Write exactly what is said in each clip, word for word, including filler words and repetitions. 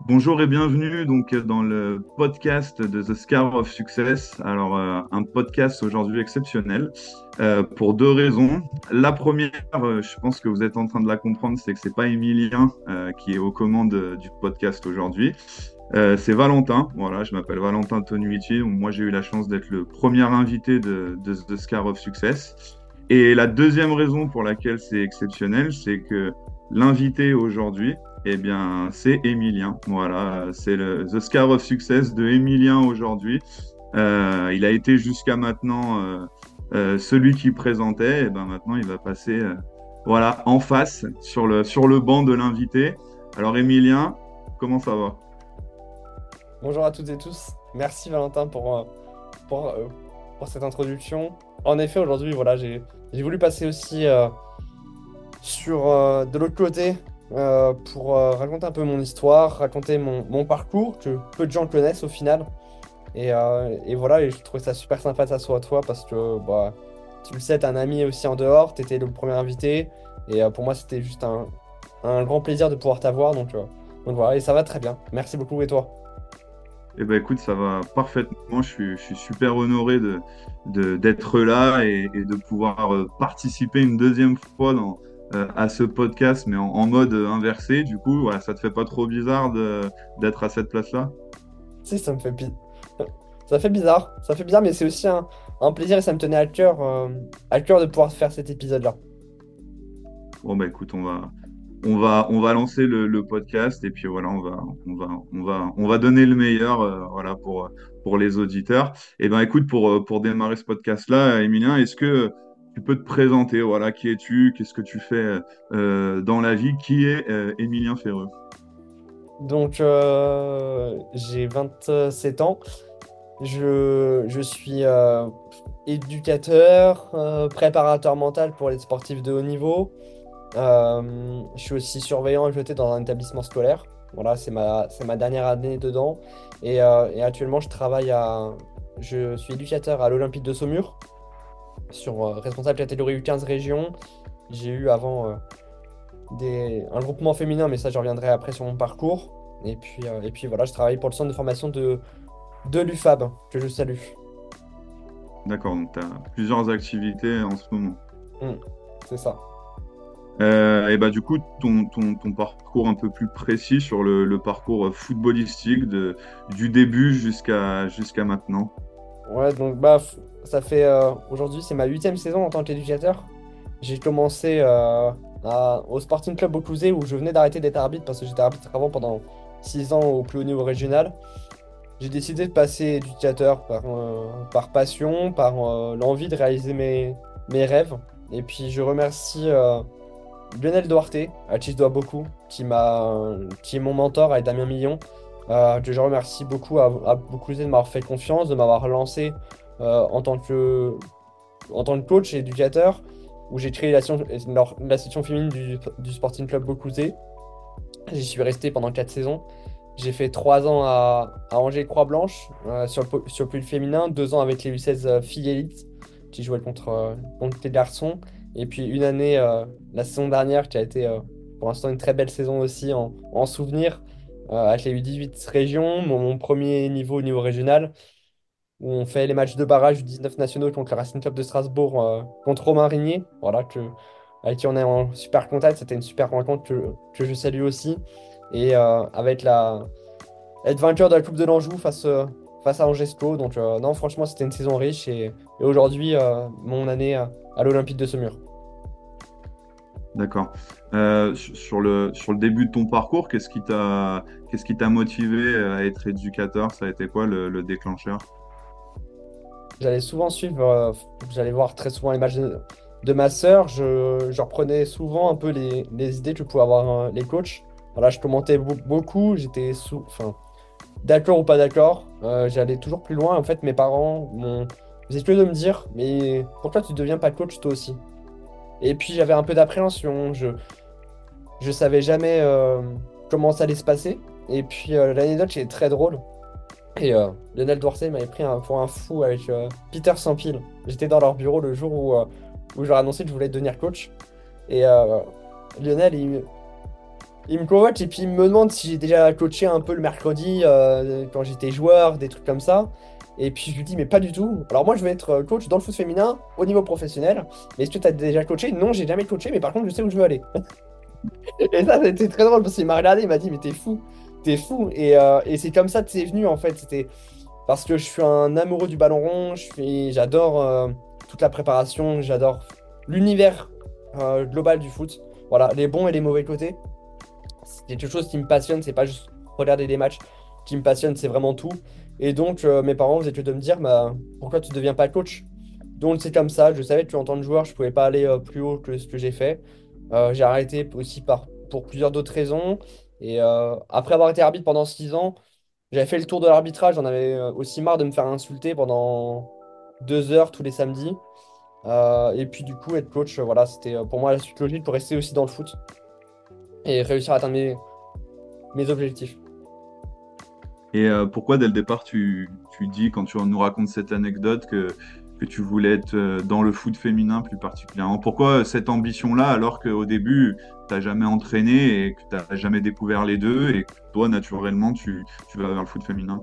Bonjour et bienvenue donc dans le podcast de The Scar of Success. Alors euh, un podcast aujourd'hui exceptionnel euh, pour deux raisons. La première, euh, je pense que vous êtes en train de la comprendre, c'est que c'est pas Emilien euh, qui est aux commandes euh, du podcast aujourd'hui. Euh, c'est Valentin. Voilà, je m'appelle Valentin Tonucci. Moi, j'ai eu la chance d'être le premier invité de, de The Scar of Success. Et la deuxième raison pour laquelle c'est exceptionnel, c'est que l'invité aujourd'hui, eh bien, c'est Emilien. Voilà, c'est le The Scar of Success de Emilien aujourd'hui. Euh, il a été jusqu'à maintenant euh, euh, celui qui présentait. Et ben maintenant, il va passer euh, voilà, en face sur le, sur le banc de l'invité. Alors, Emilien, comment ça va? Bonjour à toutes et tous. Merci Valentin pour, euh, pour, euh, pour cette introduction. En effet, aujourd'hui, voilà, j'ai j'ai voulu passer aussi euh, sur euh, de l'autre côté euh, pour euh, raconter un peu mon histoire, raconter mon, mon parcours que peu de gens connaissent au final. Et, euh, et voilà, et je trouvais ça super sympa de s'asseoir à toi parce que bah, tu le sais, t'es un ami aussi en dehors, t'étais le premier invité. Et euh, pour moi, c'était juste un, un grand plaisir de pouvoir t'avoir. Donc, euh, donc voilà, et ça va très bien. Merci beaucoup, et toi? Eh ben écoute, ça va parfaitement. Je suis, je suis super honoré de, de- d'être là et, et de pouvoir euh, participer une deuxième fois dans, euh, à ce podcast, mais en, en mode euh, inversé. Du coup, voilà, ça te fait pas trop bizarre de, d'être à cette place-là? Si, ça me fait bi- ça fait bizarre, ça fait bizarre, mais c'est aussi un, un plaisir et ça me tenait à cœur, euh, à cœur de pouvoir faire cet épisode-là. Bon, bah écoute, on va, on va, on va lancer le, le podcast et puis voilà, on va, on va, on va, on va donner le meilleur, euh, voilà, pour, pour les auditeurs. Et ben écoute, pour, euh, pour démarrer ce podcast-là, Emilien, est-ce que tu peux te présenter, voilà, qui es-tu, qu'est-ce que tu fais euh, dans la vie, qui est euh, Emilien Ferreux? Donc, euh, j'ai sept ans, je, je suis euh, éducateur, euh, préparateur mental pour les sportifs de haut niveau. Euh, je suis aussi surveillant à côté dans un établissement scolaire. Voilà, c'est ma, c'est ma dernière année dedans. Et, euh, et actuellement, je travaille à, je suis éducateur à l'Olympique de Saumur, sur euh, responsable catégorie U quinze région. J'ai eu avant euh, des, un groupement féminin, mais ça, je reviendrai après sur mon parcours. Et puis, euh, et puis voilà, je travaille pour le centre de formation de, de l'U F A B, que je salue. D'accord, donc tu as plusieurs activités en ce moment. Hmm, c'est ça. Euh, et bah du coup, ton, ton, ton parcours un peu plus précis sur le, le parcours footballistique de, du début jusqu'à jusqu'à maintenant. Ouais, donc bah, f- ça fait euh, aujourd'hui, c'est ma huitième saison en tant qu'éducateur. J'ai commencé euh, à- au Sporting Club Beauclouzé où je venais d'arrêter d'être arbitre parce que j'étais arbitre avant pendant six ans au plus haut niveau régional. J'ai décidé de passer éducateur par, euh, par passion, par euh, l'envie de réaliser mes, mes rêves. Et puis je remercie euh, Lionel Duarte, à qui je dois beaucoup, qui m'a, qui est mon mentor avec Damien Millon, euh, que je remercie beaucoup à, à beaucoup de m'avoir fait confiance, de m'avoir lancé euh, en tant que, en tant que coach et éducateur, où j'ai créé la, section- la, la section féminine du, du Sporting Club Beauclouzé. J'y suis resté pendant quatre saisons. J'ai fait trois ans à, à Angers Croix-Blanche euh, sur le, po- sur le pôle féminin, deux ans avec les U seize euh, filles élites qui jouaient contre, euh, contre les garçons. Et puis une année, euh, la saison dernière, qui a été euh, pour l'instant une très belle saison aussi en, en souvenir, euh, avec les U dix-huit régions, mon, mon premier niveau au niveau régional, où on fait les matchs de barrage du dix-neuf nationaux contre le Racing Club de Strasbourg, euh, contre Romain Rigné, voilà, que, avec qui on est en super contact. C'était une super rencontre que, que je salue aussi. Et euh, avec la, être vainqueur de la Coupe de l'Anjou face, euh, face à Angesco. Donc, euh, non, franchement, c'était une saison riche. Et, et aujourd'hui, euh, mon année à, à l'Olympique de Saumur. D'accord. Euh, sur sur le, sur le début de ton parcours, qu'est-ce qui t'a, qu'est-ce qui t'a motivé à être éducateur? Ça a été quoi le, le déclencheur? J'allais souvent suivre, euh, j'allais voir très souvent les matchs de, de ma sœur. Je, je reprenais souvent un peu les, les idées que pouvaient avoir euh, les coachs. Voilà, je commentais beau- beaucoup. J'étais sous, enfin, d'accord ou pas d'accord. Euh, j'allais toujours plus loin. En fait, mes parents m'ont faisaient que de me dire, mais pourquoi tu ne deviens pas coach toi aussi? Et puis j'avais un peu d'appréhension. Je, je savais jamais euh, comment ça allait se passer. Et puis euh, l'anecdote qui est très drôle. Et euh, Lionel Dorsey m'avait pris un- pour un fou avec euh, Peter Sampil. J'étais dans leur bureau le jour où, euh, où je leur ai annoncé que je voulais devenir coach. Et euh, Lionel, il, Il me convoque et puis il me demande si j'ai déjà coaché un peu le mercredi euh, quand j'étais joueur, des trucs comme ça. Et puis je lui dis, mais pas du tout. Alors moi, je veux être euh, coach dans le foot féminin au niveau professionnel. Mais est-ce que tu as déjà coaché? Non, j'ai jamais coaché, mais par contre, je sais où je veux aller. Et ça, c'était très drôle parce qu'il m'a regardé, il m'a dit, mais t'es fou, t'es fou. Et, euh, et c'est comme ça que c'est venu en fait. C'était parce que je suis un amoureux du ballon rond, je suis, j'adore euh, toute la préparation, j'adore l'univers euh, global du foot. Voilà, les bons et les mauvais côtés. C'est quelque chose qui me passionne, c'est pas juste regarder des matchs qui me passionne, c'est vraiment tout. Et donc, euh, mes parents faisaient que de me dire, bah, pourquoi tu ne deviens pas coach? Donc, c'est comme ça, je savais que en tant que joueur, je pouvais pas aller euh, plus haut que ce que j'ai fait. Euh, j'ai arrêté aussi par, pour plusieurs d'autres raisons. Et euh, après avoir été arbitre pendant six ans, j'avais fait le tour de l'arbitrage, j'en avais euh, aussi marre de me faire insulter pendant deux heures tous les samedis. Euh, et puis, du coup, être coach, euh, voilà, c'était euh, pour moi la suite logique pour rester aussi dans le foot et réussir à atteindre mes, mes objectifs. Et euh, pourquoi, dès le départ, tu, tu dis, quand tu nous racontes cette anecdote, que, que tu voulais être euh, dans le foot féminin plus particulièrement? Pourquoi cette ambition-là, alors qu'au début, tu n'as jamais entraîné et que tu n'as jamais découvert les deux et que toi, naturellement, tu, tu vas vers le foot féminin?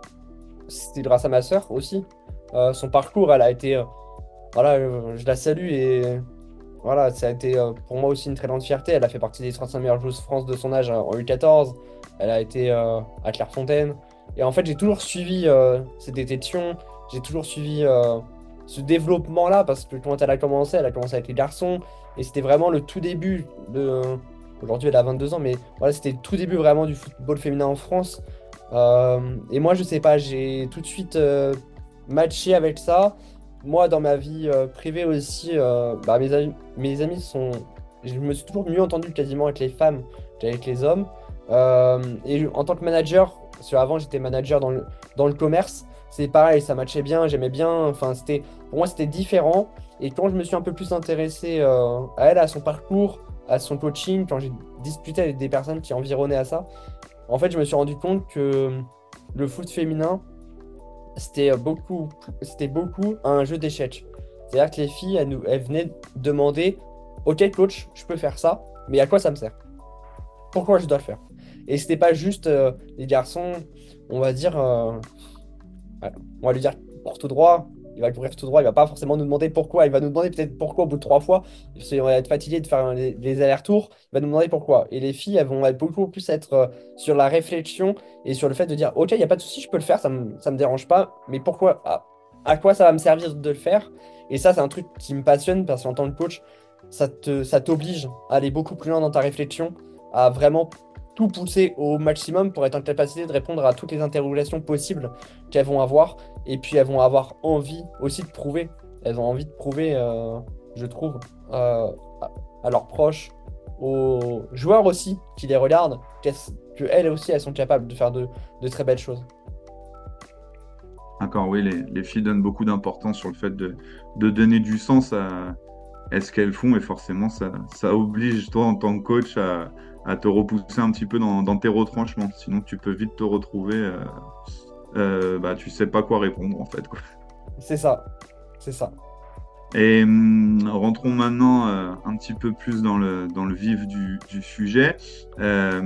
C'était grâce à ma sœur aussi. Euh, son parcours, elle a été, euh, voilà, euh, je la salue et voilà, ça a été euh, pour moi aussi une très grande fierté. Elle a fait partie des trente-cinq meilleures joueuses France de son âge euh, en U quatorze. Elle a été euh, à Clairefontaine. Et en fait, j'ai toujours suivi euh, ses détections. J'ai toujours suivi euh, ce développement-là parce que quand elle a commencé, elle a commencé avec les garçons. Et c'était vraiment le tout début de. Aujourd'hui, elle a vingt-deux ans, mais voilà, c'était le tout début vraiment du football féminin en France. Euh, et moi, je sais pas, j'ai tout de suite euh, matché avec ça. Moi, dans ma vie euh, privée aussi, euh, bah, mes amis, mes amis sont. Je me suis toujours mieux entendu quasiment avec les femmes qu'avec les hommes. Euh, et en tant que manager, parce qu'avant j'étais manager dans le, dans le commerce, c'est pareil, ça matchait bien, j'aimais bien. Enfin, c'était, pour moi, c'était différent. Et quand je me suis un peu plus intéressé euh, à elle, à son parcours, à son coaching, quand j'ai discuté avec des personnes qui environnaient à ça, en fait, je me suis rendu compte que le foot féminin, c'était beaucoup, c'était beaucoup un jeu d'échecs. C'est-à-dire que les filles, elles, nous, elles venaient demander, OK, coach, je peux faire ça, mais à quoi ça me sert? Pourquoi je dois le faire? Et c'était pas juste euh, les garçons, on va dire, euh, ouais, on va lui dire, cours tout droit, il va courir tout droit, il va pas forcément nous demander pourquoi, il va nous demander peut-être pourquoi au bout de trois fois, parce qu'on va être fatigué de faire les, les allers-retours, il va nous demander pourquoi. Et les filles, elles vont être beaucoup plus être euh, sur la réflexion et sur le fait de dire, OK, il n'y a pas de souci, je peux le faire, ça me, ça me dérange pas, mais pourquoi? À, à quoi ça va me servir de le faire? Et ça, c'est un truc qui me passionne parce qu'en tant que coach, ça te, ça t'oblige à aller beaucoup plus loin dans ta réflexion, à vraiment tout pousser au maximum pour être en capacité de répondre à toutes les interrogations possibles qu'elles vont avoir. Et puis elles vont avoir envie aussi de prouver. Elles ont envie de prouver, euh, je trouve, euh, à, à leurs proches, aux joueurs aussi qui les regardent, qu'elles, que elles aussi, elles sont capables de faire de, de très belles choses. D'accord, oui, les, les filles donnent beaucoup d'importance sur le fait de, de donner du sens à, à ce qu'elles font et forcément, ça, ça oblige toi en tant que coach à, à te repousser un petit peu dans, dans tes retranchements. Sinon, tu peux vite te retrouver, euh, euh, bah, tu sais pas quoi répondre en fait, quoi. C'est ça, c'est ça. Et hum, rentrons maintenant euh, un petit peu plus dans le, dans le vif du, du sujet. Euh,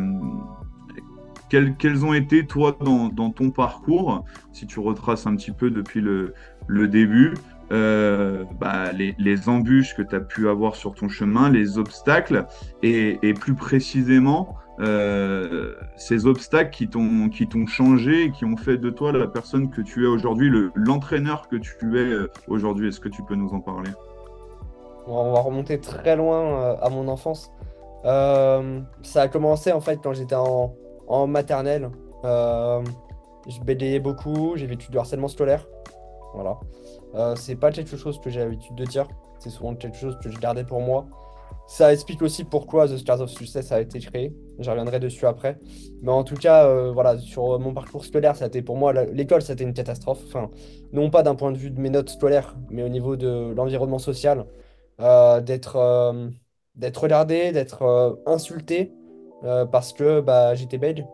quels, quels ont été, toi, dans, dans ton parcours, si tu retraces un petit peu depuis le, le début, euh, bah, les, les embûches que tu as pu avoir sur ton chemin, les obstacles, et, et plus précisément, euh, ces obstacles qui t'ont, qui t'ont changé et qui ont fait de toi la personne que tu es aujourd'hui, le, l'entraîneur que tu es euh, aujourd'hui. Est-ce que tu peux nous en parler? On va on va remonter très loin euh, à mon enfance. Euh, ça a commencé en fait quand j'étais en, en maternelle. Euh, je bégayais beaucoup, j'ai vécu du harcèlement scolaire. Voilà. Euh, c'est pas quelque chose que j'ai l'habitude de dire. C'est souvent quelque chose que je gardais pour moi. Ça explique aussi pourquoi The Scars of Success a été créé. Je reviendrai dessus après. Mais en tout cas, euh, voilà, sur mon parcours scolaire, ça a été pour moi, la- l'école, ça a été une catastrophe. Enfin, non pas d'un point de vue de mes notes scolaires, mais au niveau de l'environnement social. Euh, d'être euh, d'être regardé, d'être euh, insulté euh, parce que bah, j'étais belge.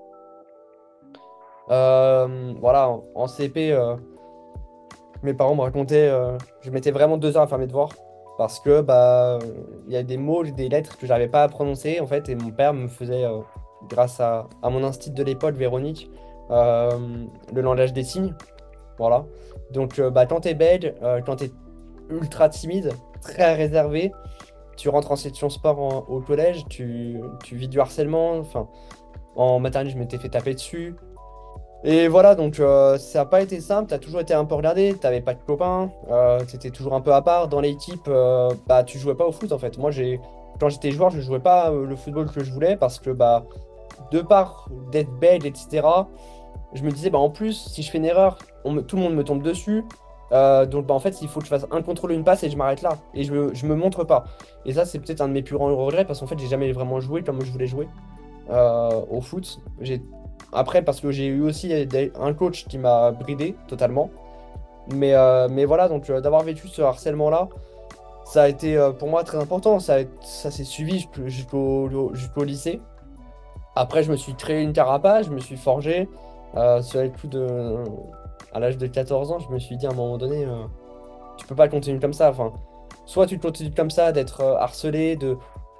Euh, voilà, en, en C P, euh, mes parents me racontaient, euh, je mettais vraiment deux heures à faire mes devoirs. parce que bah il y a des mots, des lettres que j'arrivais pas à prononcer en fait, et mon père me faisait, euh, grâce à, à mon instinct de l'époque, Véronique, euh, le langage des signes. Voilà. Donc euh, bah, quand t'es belge, euh, quand t'es ultra timide, très réservé, tu rentres en section sport en- au collège, tu, tu vis du harcèlement. Enfin, en maternelle, je m'étais fait taper dessus. Et voilà, donc euh, ça n'a pas été simple, t'as toujours été un peu regardé, t'avais pas de copains, euh, t'étais toujours un peu à part. Dans l'équipe, euh, bah tu jouais pas au foot en fait. Moi j'ai quand j'étais joueur, je jouais pas euh, le football que je voulais parce que bah de part d'être belge, et cetera, je me disais bah en plus si je fais une erreur, on me- tout le monde me tombe dessus. Euh, donc bah en fait il faut que je fasse un contrôle, une passe et je m'arrête là. Et je me, je me montre pas. Et ça c'est peut-être un de mes plus grands regrets parce qu'en fait j'ai jamais vraiment joué comme je voulais jouer euh, au foot. J'ai... Après, parce que j'ai eu aussi des- un coach qui m'a bridé totalement. Mais, euh, mais voilà, donc euh, d'avoir vécu ce harcèlement-là, ça a été euh, pour moi très important. Ça, a- ça s'est suivi jusqu'au jusqu'au- jusqu'au lycée. Après, je me suis créé une carapace, je me suis forgé. Euh, sur les coups de... À l'âge de quatorze ans, je me suis dit à un moment donné, euh, tu peux pas continuer comme ça. Enfin, soit tu continues comme ça, d'être euh, harcelé, de,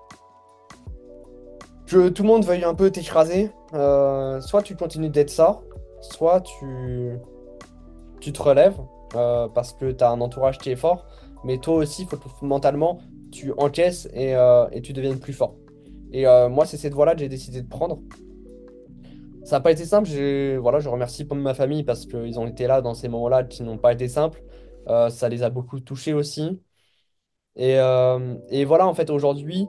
que tout le monde veuille un peu t'écraser. Euh, soit tu continues d'être ça, soit tu, tu te relèves euh, parce que tu as un entourage qui est fort. Mais toi aussi, faut que mentalement, tu encaisses et, euh, et tu deviennes plus fort. Et euh, moi, c'est cette voie-là que j'ai décidé de prendre. Ça n'a pas été simple. J'ai, voilà, je remercie ma famille parce qu'ils ont été là dans ces moments-là qui n'ont pas été simples. Euh, ça les a beaucoup touchés aussi. Et, euh, et voilà, en fait, aujourd'hui,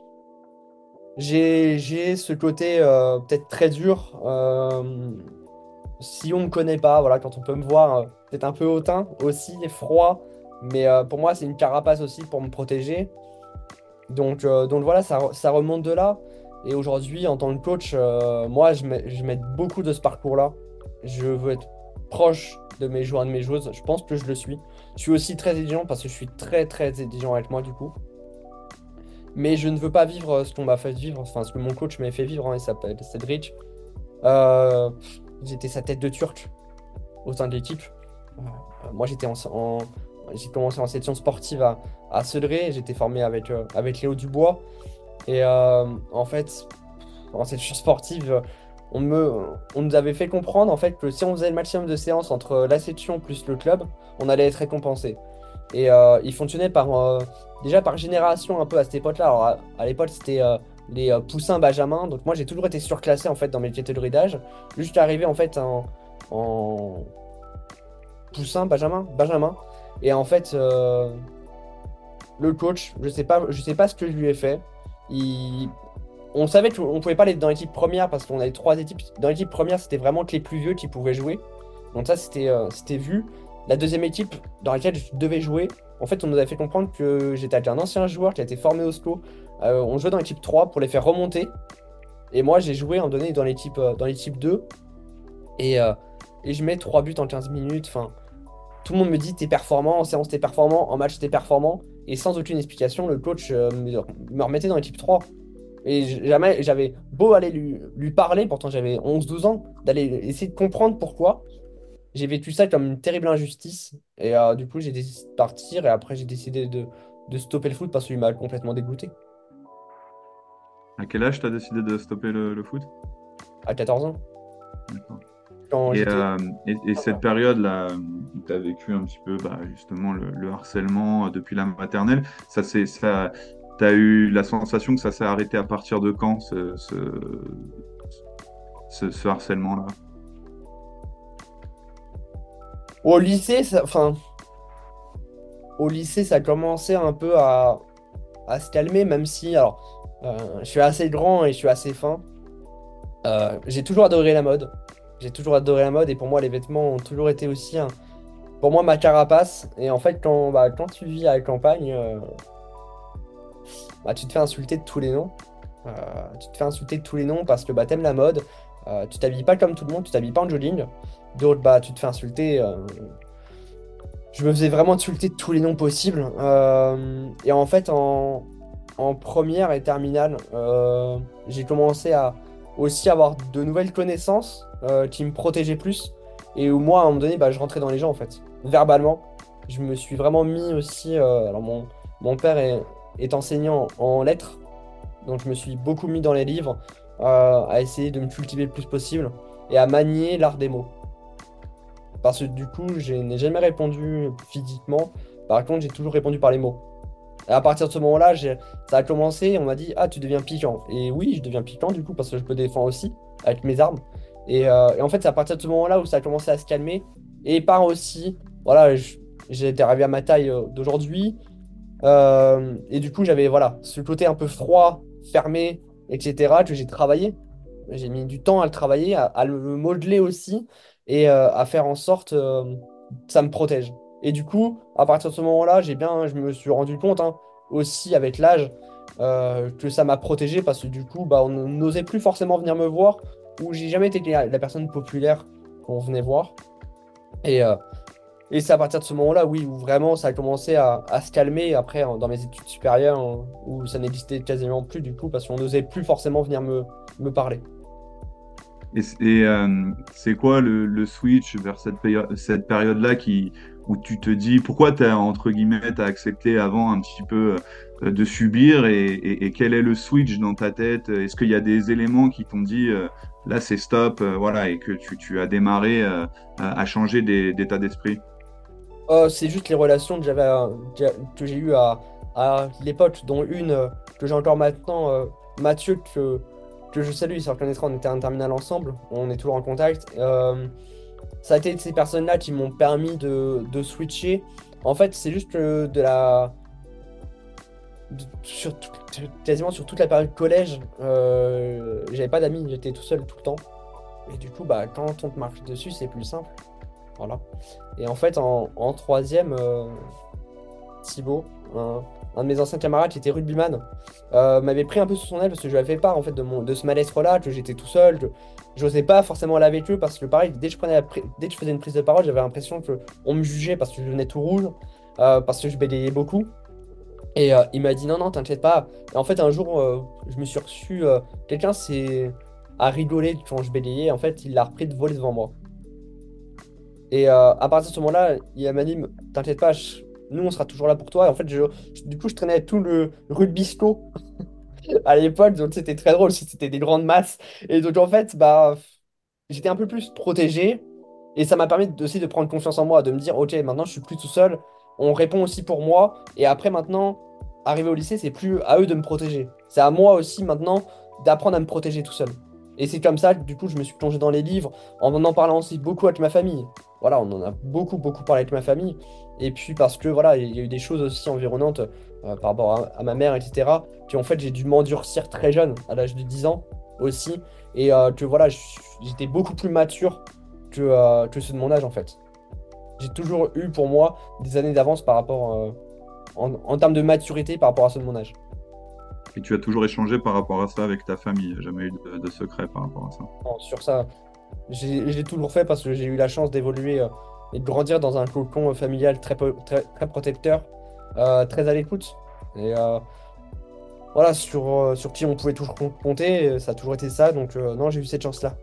J'ai, j'ai ce côté euh, peut-être très dur. Euh, si on me connaît pas, voilà, quand on peut me voir, euh, peut-être un peu hautain aussi, froid. Mais euh, pour moi, c'est une carapace aussi pour me protéger. Donc, euh, donc voilà, ça, re- ça remonte de là. Et aujourd'hui, en tant que coach, euh, moi, je mets, je mets beaucoup de ce parcours-là. Je veux être proche de mes joueurs et de mes joueuses. Je pense que je le suis. Je suis aussi très exigeant parce que je suis très, très exigeant avec moi, du coup. Mais je ne veux pas vivre euh, ce qu'on m'a fait vivre, enfin ce que mon coach m'a fait vivre, hein, il s'appelle Cedric. Euh, J'étais sa tête de turc au sein de l'équipe. Euh, moi j'étais en, en- j'ai commencé en section sportive à, à Seudré, j'étais formé avec, euh, avec Léo Dubois. Et euh, en fait, en section sportive, euh, on me, on nous avait fait comprendre en fait que si on faisait le maximum de séances entre la section plus le club, on allait être récompensé. Et euh, il fonctionnait par, euh, déjà par génération un peu à cette époque-là. Alors à, à l'époque, c'était euh, les euh, poussins Benjamin. Donc moi, j'ai toujours été surclassé en fait dans mes catégories d'âge. Jusqu'à arriver en fait en, en poussin Benjamin. Benjamin. Et en fait, euh, le coach, je sais pas, je sais pas ce que je lui ai fait. Il... On savait qu'on pouvait pas aller dans l'équipe première parce qu'on avait trois équipes. Dans l'équipe première, c'était vraiment que les plus vieux qui pouvaient jouer. Donc ça, c'était euh, c'était vu. La deuxième équipe dans laquelle je devais jouer, en fait, on nous a fait comprendre que j'étais avec un ancien joueur qui a été formé au S C O. Euh, on jouait dans l'équipe trois pour les faire remonter. Et moi, j'ai joué en donné dans l'équipe euh, dans l'équipe deux. Et, euh, et je mets trois buts en quinze minutes. Enfin, tout le monde me dit t'es performant, en séance t'es performant, en match t'es performant. Et sans aucune explication, le coach euh, me, me remettait dans l'équipe trois. Et j- jamais j'avais beau aller lui, lui parler, pourtant j'avais onze douze ans, d'aller essayer de comprendre pourquoi. J'ai vécu ça comme une terrible injustice. Et euh, du coup, j'ai décidé de partir. Et après, j'ai décidé de, de stopper le foot parce qu'il m'a complètement dégoûté. À quel âge tu as décidé de stopper le, le foot? À quatorze ans. D'accord. Quand Et, j'étais. euh, et, et cette période-là, où tu as vécu un petit peu bah, justement le, le harcèlement euh, depuis la maternelle, ça c'est ça, tu as eu la sensation que ça s'est arrêté à partir de quand ce, ce, ce, ce harcèlement-là? Au lycée, ça... enfin, au lycée, ça a commencé un peu à, à se calmer, même si, alors, euh, je suis assez grand et je suis assez fin. Euh, j'ai toujours adoré la mode. J'ai toujours adoré la mode et pour moi, les vêtements ont toujours été aussi, un- pour moi, ma carapace. Et en fait, quand, bah, quand tu vis à la campagne, euh, bah, tu te fais insulter de tous les noms. Euh, tu te fais insulter de tous les noms parce que bah, t'aimes la mode. Euh, tu t'habilles pas comme tout le monde, tu t'habilles pas en jogging. D'autres, bah, tu te fais insulter. euh, Je me faisais vraiment insulter de tous les noms possibles. Euh, Et en fait, en, en première et terminale, euh, j'ai commencé à aussi avoir de nouvelles connaissances euh, qui me protégeaient plus. Et où moi, à un moment donné, bah, je rentrais dans les gens, en fait. Verbalement. Je me suis vraiment mis aussi. euh, alors, mon, Mon père est, est enseignant en lettres, donc je me suis beaucoup mis dans les livres, euh, à essayer de me cultiver le plus possible et à manier l'art des mots. Parce que du coup, je n'ai jamais répondu physiquement. Par contre, j'ai toujours répondu par les mots. Et à partir de ce moment-là, j'ai- ça a commencé, on m'a dit, ah, tu deviens piquant. Et oui, je deviens piquant du coup, parce que je peux défendre aussi avec mes armes. Et, euh, et en fait, c'est à partir de ce moment-là où ça a commencé à se calmer. Et par aussi, voilà, je- j'ai été arrivé à ma taille euh, d'aujourd'hui. Euh, et du coup, j'avais, voilà, ce côté un peu froid, fermé, et cetera, que j'ai travaillé. J'ai mis du temps à le travailler, à, à le modeler aussi, et euh, à faire en sorte euh, que ça me protège. Et du coup, à partir de ce moment-là, j'ai bien, je me suis rendu compte, hein, aussi avec l'âge, euh, que ça m'a protégé parce que du coup, bah, on n'osait plus forcément venir me voir, ou j'ai jamais été la, la personne populaire qu'on venait voir. Et, euh, et c'est à partir de ce moment-là, oui, où vraiment ça a commencé à, à se calmer. Après, en- dans mes études supérieures, hein, où ça n'existait quasiment plus du coup, parce qu'on n'osait plus forcément venir me, me parler. Et, c- et, euh, c'est quoi le, le switch vers cette, péri- cette période-là qui, où tu te dis pourquoi tu as, entre guillemets, t'as accepté avant un petit peu euh, de subir et, et- et quel est le switch dans ta tête? Est-ce qu'il y a des éléments qui t'ont dit euh, là c'est stop, euh, voilà, et que tu, tu as démarré euh, à à changer des- d'état d'esprit? Oh, c'est juste les relations que j'avais à- que j'ai eues à, à l'époque, dont une euh, que j'ai encore maintenant, euh, Mathieu, que, que je salue, il se reconnaîtra, on était en terminale ensemble, on est toujours en contact. Euh, ça a été ces personnes-là qui m'ont permis de, de switcher. En fait, c'est juste que de la, de- sur tout- quasiment sur toute la période collège, euh, j'avais pas d'amis, j'étais tout seul tout le temps. Et du coup, bah, quand on te marche dessus, c'est plus simple. Voilà. Et en fait, en, en troisième, euh, Thibaut, un, un de mes anciens camarades qui était rugbyman, euh, m'avait pris un peu sous son aile parce que je lui avais fait part en fait de, mon, de ce mal-être-là, que j'étais tout seul, que j'osais pas forcément aller avec eux parce que pareil, dès que je prenais la pri- dès que je faisais une prise de parole, j'avais l'impression que on me jugeait parce que je venais tout rouge, euh, parce que je bégayais beaucoup. Et euh, il m'a dit non, non, t'inquiète pas. Et en fait, un jour, euh, je me suis reçu, euh, quelqu'un s'est à rigoler quand je bégayais. En fait, il l'a repris de voler devant moi. Et euh, à partir de ce moment-là, il m'a dit, t'inquiète pas, je- nous on sera toujours là pour toi. Et en fait, je- je- du coup, je traînais avec tout le rugbysko à l'époque, donc c'était très drôle, c'était des grandes masses. Et donc en fait, bah, j'étais un peu plus protégé. Et ça m'a permis de- aussi de prendre confiance en moi, de me dire, ok, maintenant je suis plus tout seul, on répond aussi pour moi. Et après, maintenant, arrivé au lycée, c'est plus à eux de me protéger. C'est à moi aussi maintenant d'apprendre à me protéger tout seul. Et c'est comme ça que du coup, je me suis plongé dans les livres, en en parlant aussi beaucoup avec ma famille. Voilà, on en a beaucoup, beaucoup parlé avec ma famille. Et puis parce que voilà, il y a eu des choses aussi environnantes euh, par rapport à, à ma mère, et cetera, qui en fait, j'ai dû m'endurcir très jeune, à l'âge de dix ans aussi. Et euh, que voilà, je- j'étais beaucoup plus mature que, euh, que ceux de mon âge en fait. J'ai toujours eu pour moi des années d'avance par rapport euh, en, en termes de maturité par rapport à ceux de mon âge. Et tu as toujours échangé par rapport à ça avec ta famille, il n'y a jamais eu de, de secret par rapport à ça. Non, sur ça, j'ai j'ai toujours fait parce que j'ai eu la chance d'évoluer euh, et de grandir dans un cocon euh, familial très, po- très, très protecteur, euh, très à l'écoute. Et euh, voilà, sur, euh, sur qui on pouvait toujours com- compter, euh, ça a toujours été ça. Donc euh, non, j'ai eu cette chance-là.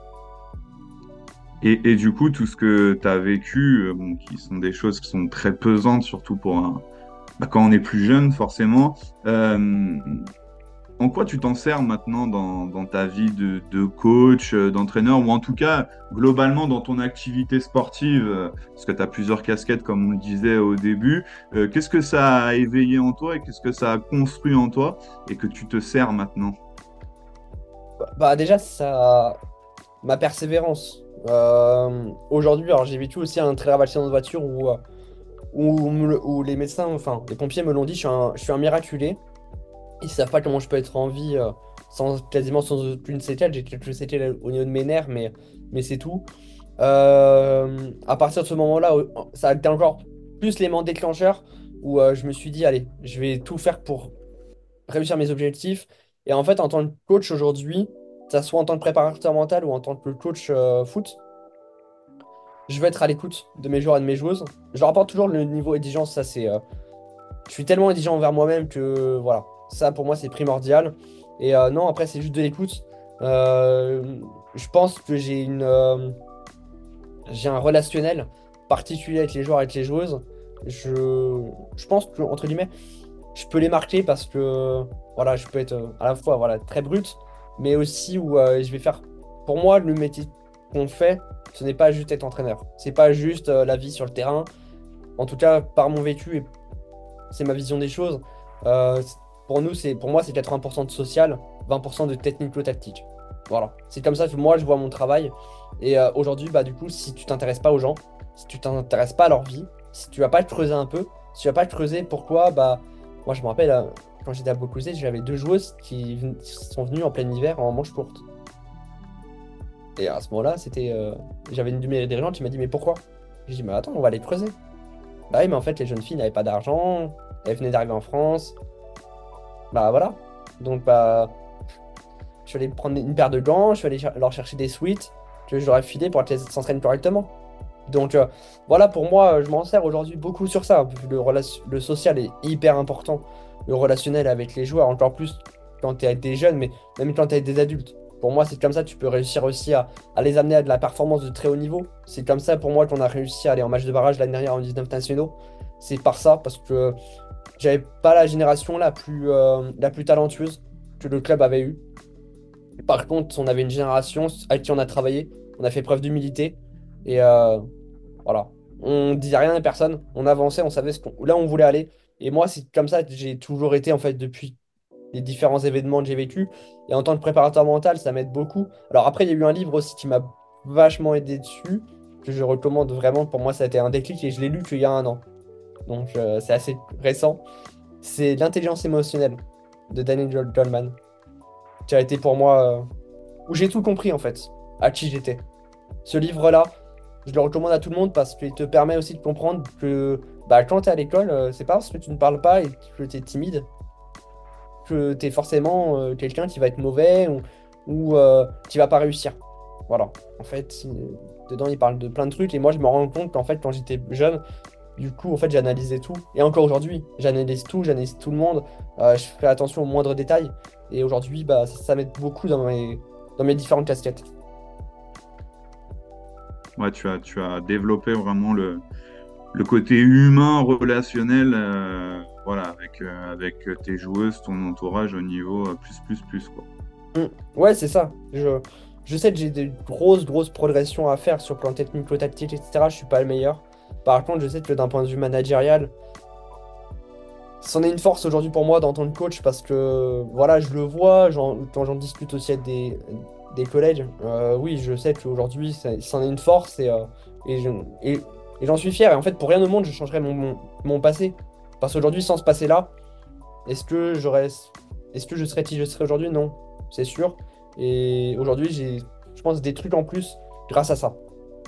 Et, et du coup, tout ce que tu as vécu, euh, bon, qui sont des choses qui sont très pesantes, surtout pour un, bah, quand on est plus jeune, forcément. euh, En quoi tu t'en sers maintenant dans, dans ta vie de, de coach, euh, d'entraîneur, ou en tout cas, globalement, dans ton activité sportive, euh, parce que tu as plusieurs casquettes, comme on le disait au début. Euh, qu'est-ce que ça a éveillé en toi et qu'est-ce que ça a construit en toi et que tu te sers maintenant? Bah, bah, déjà, ça, ma persévérance. Euh, aujourd'hui, alors j'ai vécu aussi un très grave accident de voiture où, euh, où, on me le- où les médecins, enfin les pompiers me l'ont dit, je suis un, je suis un miraculé. Ils savent pas comment je peux être en vie euh, sans quasiment sans aucune séquelle. J'ai quelques séquelles au niveau de mes nerfs, mais, mais c'est tout. Euh, à partir de ce moment-là, euh, ça a été encore plus l'élément déclencheur où euh, je me suis dit, allez, je vais tout faire pour réussir mes objectifs. Et en fait, en tant que coach aujourd'hui, que ça soit en tant que préparateur mental ou en tant que coach euh, foot, je veux être à l'écoute de mes joueurs et de mes joueuses. Je leur apporte toujours le niveau exigence, ça c'est... euh, je suis tellement exigeant envers moi-même que voilà, ça pour moi c'est primordial. Et euh, non, après c'est juste de l'écoute. Euh, je pense que j'ai une, euh, j'ai un relationnel particulier avec les joueurs, avec les joueuses. Je, je pense que, entre guillemets, je peux les marquer parce que voilà, je peux être euh, à la fois voilà, très brut, mais aussi où euh, je vais faire. Pour moi, le métier qu'on fait, ce n'est pas juste être entraîneur. C'est pas juste euh, la vie sur le terrain. En tout cas, par mon vécu, et c'est ma vision des choses. euh, c- pour nous, c'est pour moi, c'est quatre-vingts pour cent de social, vingt pour cent de technico-tactique. Voilà. C'est comme ça que moi, je vois mon travail. Et euh, aujourd'hui, bah, du coup, si tu t'intéresses pas aux gens, si tu t'intéresses pas à leur vie, si tu vas pas te creuser un peu, si tu vas pas te creuser pourquoi, bah, moi, je me rappelle, euh, quand j'étais à Beauclosé, j'avais deux joueuses qui, ven- qui sont venues en plein hiver en manche courte. Et à ce moment-là, c'était, euh, j'avais une de mes dirigeantes qui m'a dit, mais pourquoi? J'ai dit, mais attends, on va aller creuser. Bah oui, mais en fait, les jeunes filles n'avaient pas d'argent, elles venaient d'arriver en France. Bah voilà. Donc, bah, je suis allé prendre une paire de gants, je suis allé cher- leur chercher des suites que je leur ai filé pour qu'elles s'entraînent correctement. Donc, euh, voilà, pour moi, euh, je m'en sers aujourd'hui beaucoup sur ça. Le, relation- le social est hyper important. Le relationnel avec les joueurs, encore plus quand tu es avec des jeunes, mais même quand tu es avec des adultes. Pour moi, c'est comme ça que tu peux réussir aussi à, à les amener à de la performance de très haut niveau. C'est comme ça, pour moi, qu'on a réussi à aller en match de barrage l'année dernière en dix-neuf nationaux. C'est par ça, parce que j'avais pas la génération la plus, euh, la plus talentueuse que le club avait eue. Par contre, on avait une génération avec qui on a travaillé, on a fait preuve d'humilité. Et euh, voilà. On disait rien à personne, on avançait, on savait ce qu'on, là où on voulait aller. Et moi, c'est comme ça que j'ai toujours été, en fait, depuis les différents événements que j'ai vécus. Et en tant que préparateur mental, ça m'aide beaucoup. Alors après, il y a eu un livre aussi qui m'a vachement aidé dessus, que je recommande vraiment. Pour moi, ça a été un déclic et je l'ai lu qu'il y a un an. Donc, euh, c'est assez récent. C'est L'intelligence émotionnelle de Daniel Gold- Goldman, qui a été pour moi euh, où j'ai tout compris en fait, à qui j'étais. Ce livre-là, je le recommande à tout le monde parce qu'il te permet aussi de comprendre que bah, quand tu es à l'école, euh, c'est pas parce que tu ne parles pas et que tu es timide que tu es forcément euh, quelqu'un qui va être mauvais ou, ou euh, qui va pas réussir. Voilà. En fait, il- dedans, il parle de plein de trucs et moi, je me rends compte qu'en fait, quand j'étais jeune, du coup, en fait, j'analysais tout. Et encore aujourd'hui, j'analyse tout, j'analyse tout le monde. Euh, je fais attention aux moindres détails. Et aujourd'hui, bah, ça, ça m'aide beaucoup dans mes, dans mes différentes casquettes. Ouais, tu as, tu as développé vraiment le, le côté humain, relationnel, euh, voilà, avec, euh, avec tes joueuses, ton entourage au niveau euh, plus, plus, plus, quoi. Mm. Ouais, c'est ça. Je, je sais que j'ai des grosses, grosses progressions à faire sur le plan technico-tactique, et cetera. Je suis pas le meilleur. Par contre, je sais que d'un point de vue managérial, c'en est une force aujourd'hui pour moi dans tant que coach parce que voilà, je le vois j'en- quand j'en discute aussi avec des, des collègues. Euh, oui, je sais qu'aujourd'hui, ça- c'en est une force et, euh, et, je- et- et j'en suis fier. Et en fait, pour rien au monde, je changerais mon, mon, mon passé. Parce qu'aujourd'hui, sans ce passé-là, est-ce que j'aurais, est-ce que je serais qui je serais aujourd'hui? Non, c'est sûr. Et aujourd'hui, j'ai, je pense, des trucs en plus grâce à ça.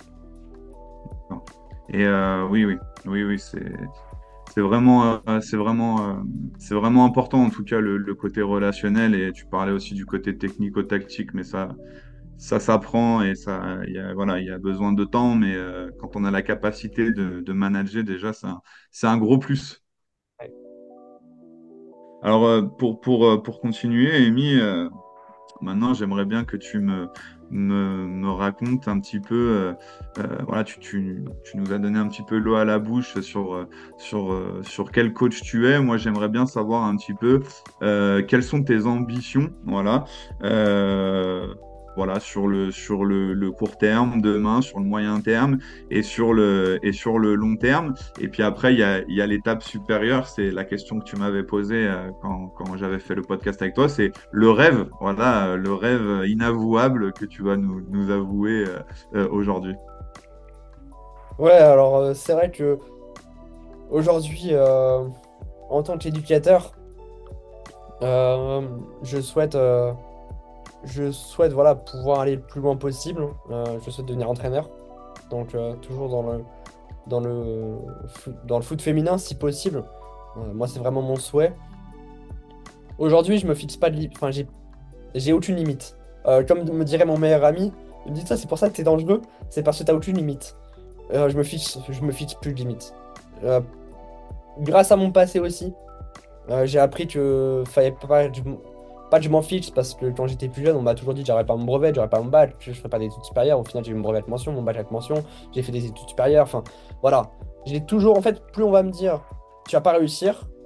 Et euh, oui, oui, oui, oui, c'est, c'est vraiment, euh, c'est vraiment, euh, c'est vraiment important, en tout cas, le, le côté relationnel. Et tu parlais aussi du côté technico-tactique, mais ça, ça s'apprend et ça, il y a, voilà, il y a besoin de temps, mais euh, quand on a la capacité de, de manager, déjà, c'est un, c'est un gros plus. Ouais. Alors, euh, pour, pour, euh, pour continuer, Amy, euh, maintenant, j'aimerais bien que tu me, me, me racontes un petit peu, euh, euh, voilà, tu, tu, tu nous as donné un petit peu l'eau à la bouche sur, euh, sur, euh, sur quel coach tu es. Moi, j'aimerais bien savoir un petit peu euh, quelles sont tes ambitions, voilà, euh, voilà, sur le, sur le, le court terme, demain, sur le moyen terme et sur le, et sur le long terme. Et puis après, il y a, il y a l'étape supérieure, c'est la question que tu m'avais posée euh, quand, quand j'avais fait le podcast avec toi, c'est le rêve, voilà, euh, le rêve inavouable que tu vas nous, nous avouer euh, euh, aujourd'hui. Ouais, alors euh, c'est vrai que aujourd'hui, euh, en tant qu'éducateur, euh, je souhaite, euh, je souhaite voilà, pouvoir aller le plus loin possible. Euh, je souhaite devenir entraîneur. Donc euh, toujours dans le, dans le, foot- dans le foot féminin si possible. Euh, moi, c'est vraiment mon souhait. Aujourd'hui, je me fixe pas de limite. Enfin, j'ai, j'ai aucune limite. Euh, comme me dirait mon meilleur ami, il me dit ça, c'est pour ça que t'es dangereux. C'est parce que t'as aucune limite. Euh, je me fixe, je me fixe plus de limite. Euh, grâce à mon passé aussi. Euh, j'ai appris que fallait pas, que je m- pas que je m'en fiche parce que quand j'étais plus jeune, on m'a toujours dit que j'aurais pas mon brevet, j'aurais pas mon bac, que je ferais pas d'études supérieures. Au final, j'ai eu mon brevet avec mention, mon bac avec mention, j'ai fait des études supérieures. Enfin, voilà. J'ai toujours, en fait, plus on va me dire tu vas pas réussir,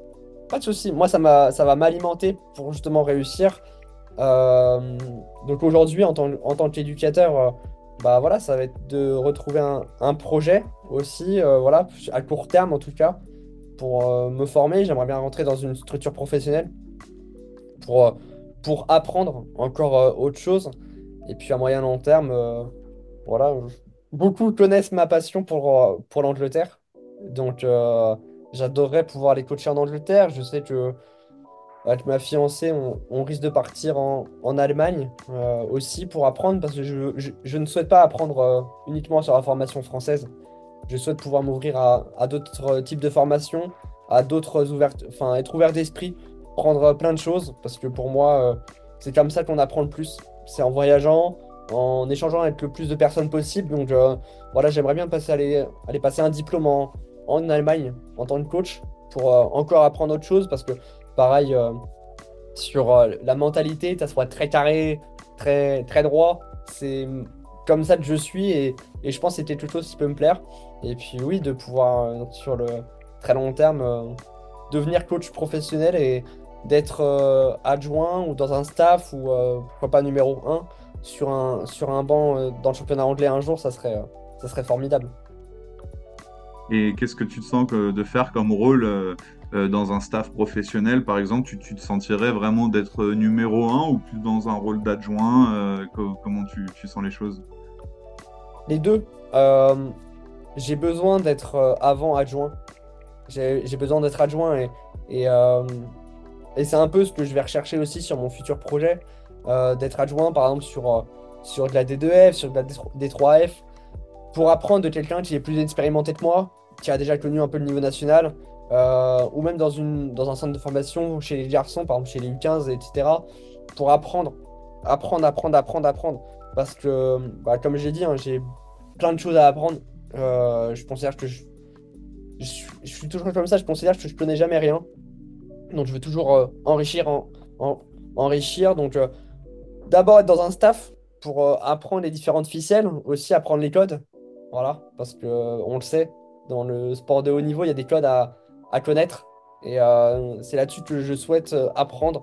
Pas de souci. Moi, ça m'a, ça va m'alimenter pour justement réussir. Euh, donc aujourd'hui, en tant, en tant qu'éducateur, euh, bah voilà, ça va être de retrouver un, un projet aussi, euh, voilà, à court terme en tout cas, pour euh, me former. J'aimerais bien rentrer dans une structure professionnelle pour, euh, pour apprendre encore euh, autre chose. Et puis à moyen long terme, euh, voilà, je- beaucoup connaissent ma passion pour, euh, pour l'Angleterre. Donc euh, j'adorerais pouvoir les coacher en Angleterre. Je sais que avec ma fiancée, on, on risque de partir en, en Allemagne euh, aussi pour apprendre parce que je, je- je ne souhaite pas apprendre euh, uniquement sur la formation française. Je souhaite pouvoir m'ouvrir à, à d'autres types de formations, à d'autres ouvertes, enfin être ouvert d'esprit, prendre euh, plein de choses parce que pour moi, euh, c'est comme ça qu'on apprend le plus. C'est en voyageant, en échangeant avec le plus de personnes possible. Donc euh, voilà, j'aimerais bien passer, aller, aller passer un diplôme en, en Allemagne en tant que coach pour euh, encore apprendre autre chose parce que pareil. euh, sur euh, la mentalité, que ça soit très carré, très, très droit. C'est comme ça que je suis et, et je pense que c'est quelque chose qui peut me plaire. Et puis oui, de pouvoir euh, sur le très long terme euh, devenir coach professionnel et d'être euh, adjoint ou dans un staff ou euh, pourquoi pas numéro un sur un, sur un banc euh, dans le championnat anglais un jour, ça serait, euh, ça serait formidable. Et qu'est-ce que tu te sens que- de faire comme rôle euh, euh, dans un staff professionnel, par exemple? Tu, tu te sentirais vraiment d'être euh, numéro un ou plus dans un rôle d'adjoint? Euh, co- comment tu, tu sens les choses? Les deux, euh, j'ai besoin d'être euh, avant adjoint. J'ai j'ai besoin d'être adjoint et, et, euh, et c'est un peu ce que je vais rechercher aussi sur mon futur projet, euh, d'être adjoint par exemple sur, euh, sur de la D deux F, sur de la D trois F, pour apprendre de quelqu'un qui est plus expérimenté que moi, qui a déjà connu un peu le niveau national, euh, ou même dans, une, dans un centre de formation chez les garçons, par exemple chez les U quinze, et cetera, pour apprendre, apprendre, apprendre, apprendre, apprendre. Parce que, bah, comme j'ai dit, hein, j'ai plein de choses à apprendre. Euh, je considère que je, je, suis je suis toujours comme ça, je considère que je connais jamais rien. Donc je veux toujours euh, enrichir, en, en- enrichir. Donc euh, d'abord être dans un staff pour euh, apprendre les différentes ficelles, aussi apprendre les codes. Voilà, parce que euh, on le sait, dans le sport de haut niveau, il y a des codes à, à connaître. Et euh, c'est là-dessus que je souhaite euh, apprendre.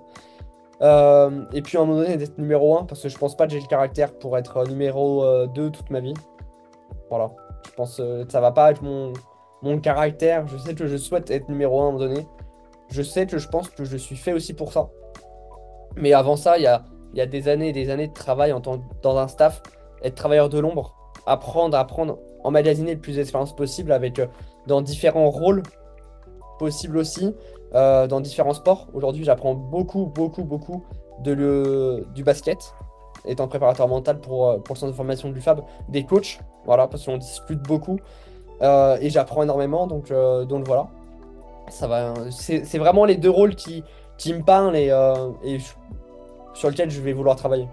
Euh, et puis à un moment donné d'être numéro un, parce que je pense pas que j'ai le caractère pour être euh, numéro euh, deux toute ma vie. Voilà. Je pense euh, que ça va pas être mon, mon caractère. Je sais que je souhaite être numéro un à un moment donné. Je sais que je pense que je suis fait aussi pour ça. Mais avant ça, il y a, il y a des années et des années de travail en tant, dans un staff, être travailleur de l'ombre, apprendre, apprendre, emmagasiner le plus d'expérience possible avec euh, dans différents rôles possibles aussi, euh, dans différents sports. Aujourd'hui, j'apprends beaucoup, beaucoup, beaucoup de le, du basket, étant préparateur mental pour, euh, pour le centre de formation du Fab, des coachs, voilà, parce qu'on discute beaucoup euh, et j'apprends énormément, donc, euh, donc voilà. Ça va, c'est c'est vraiment les deux rôles qui, qui me parlent et, euh, et je- sur lesquels je vais vouloir travailler.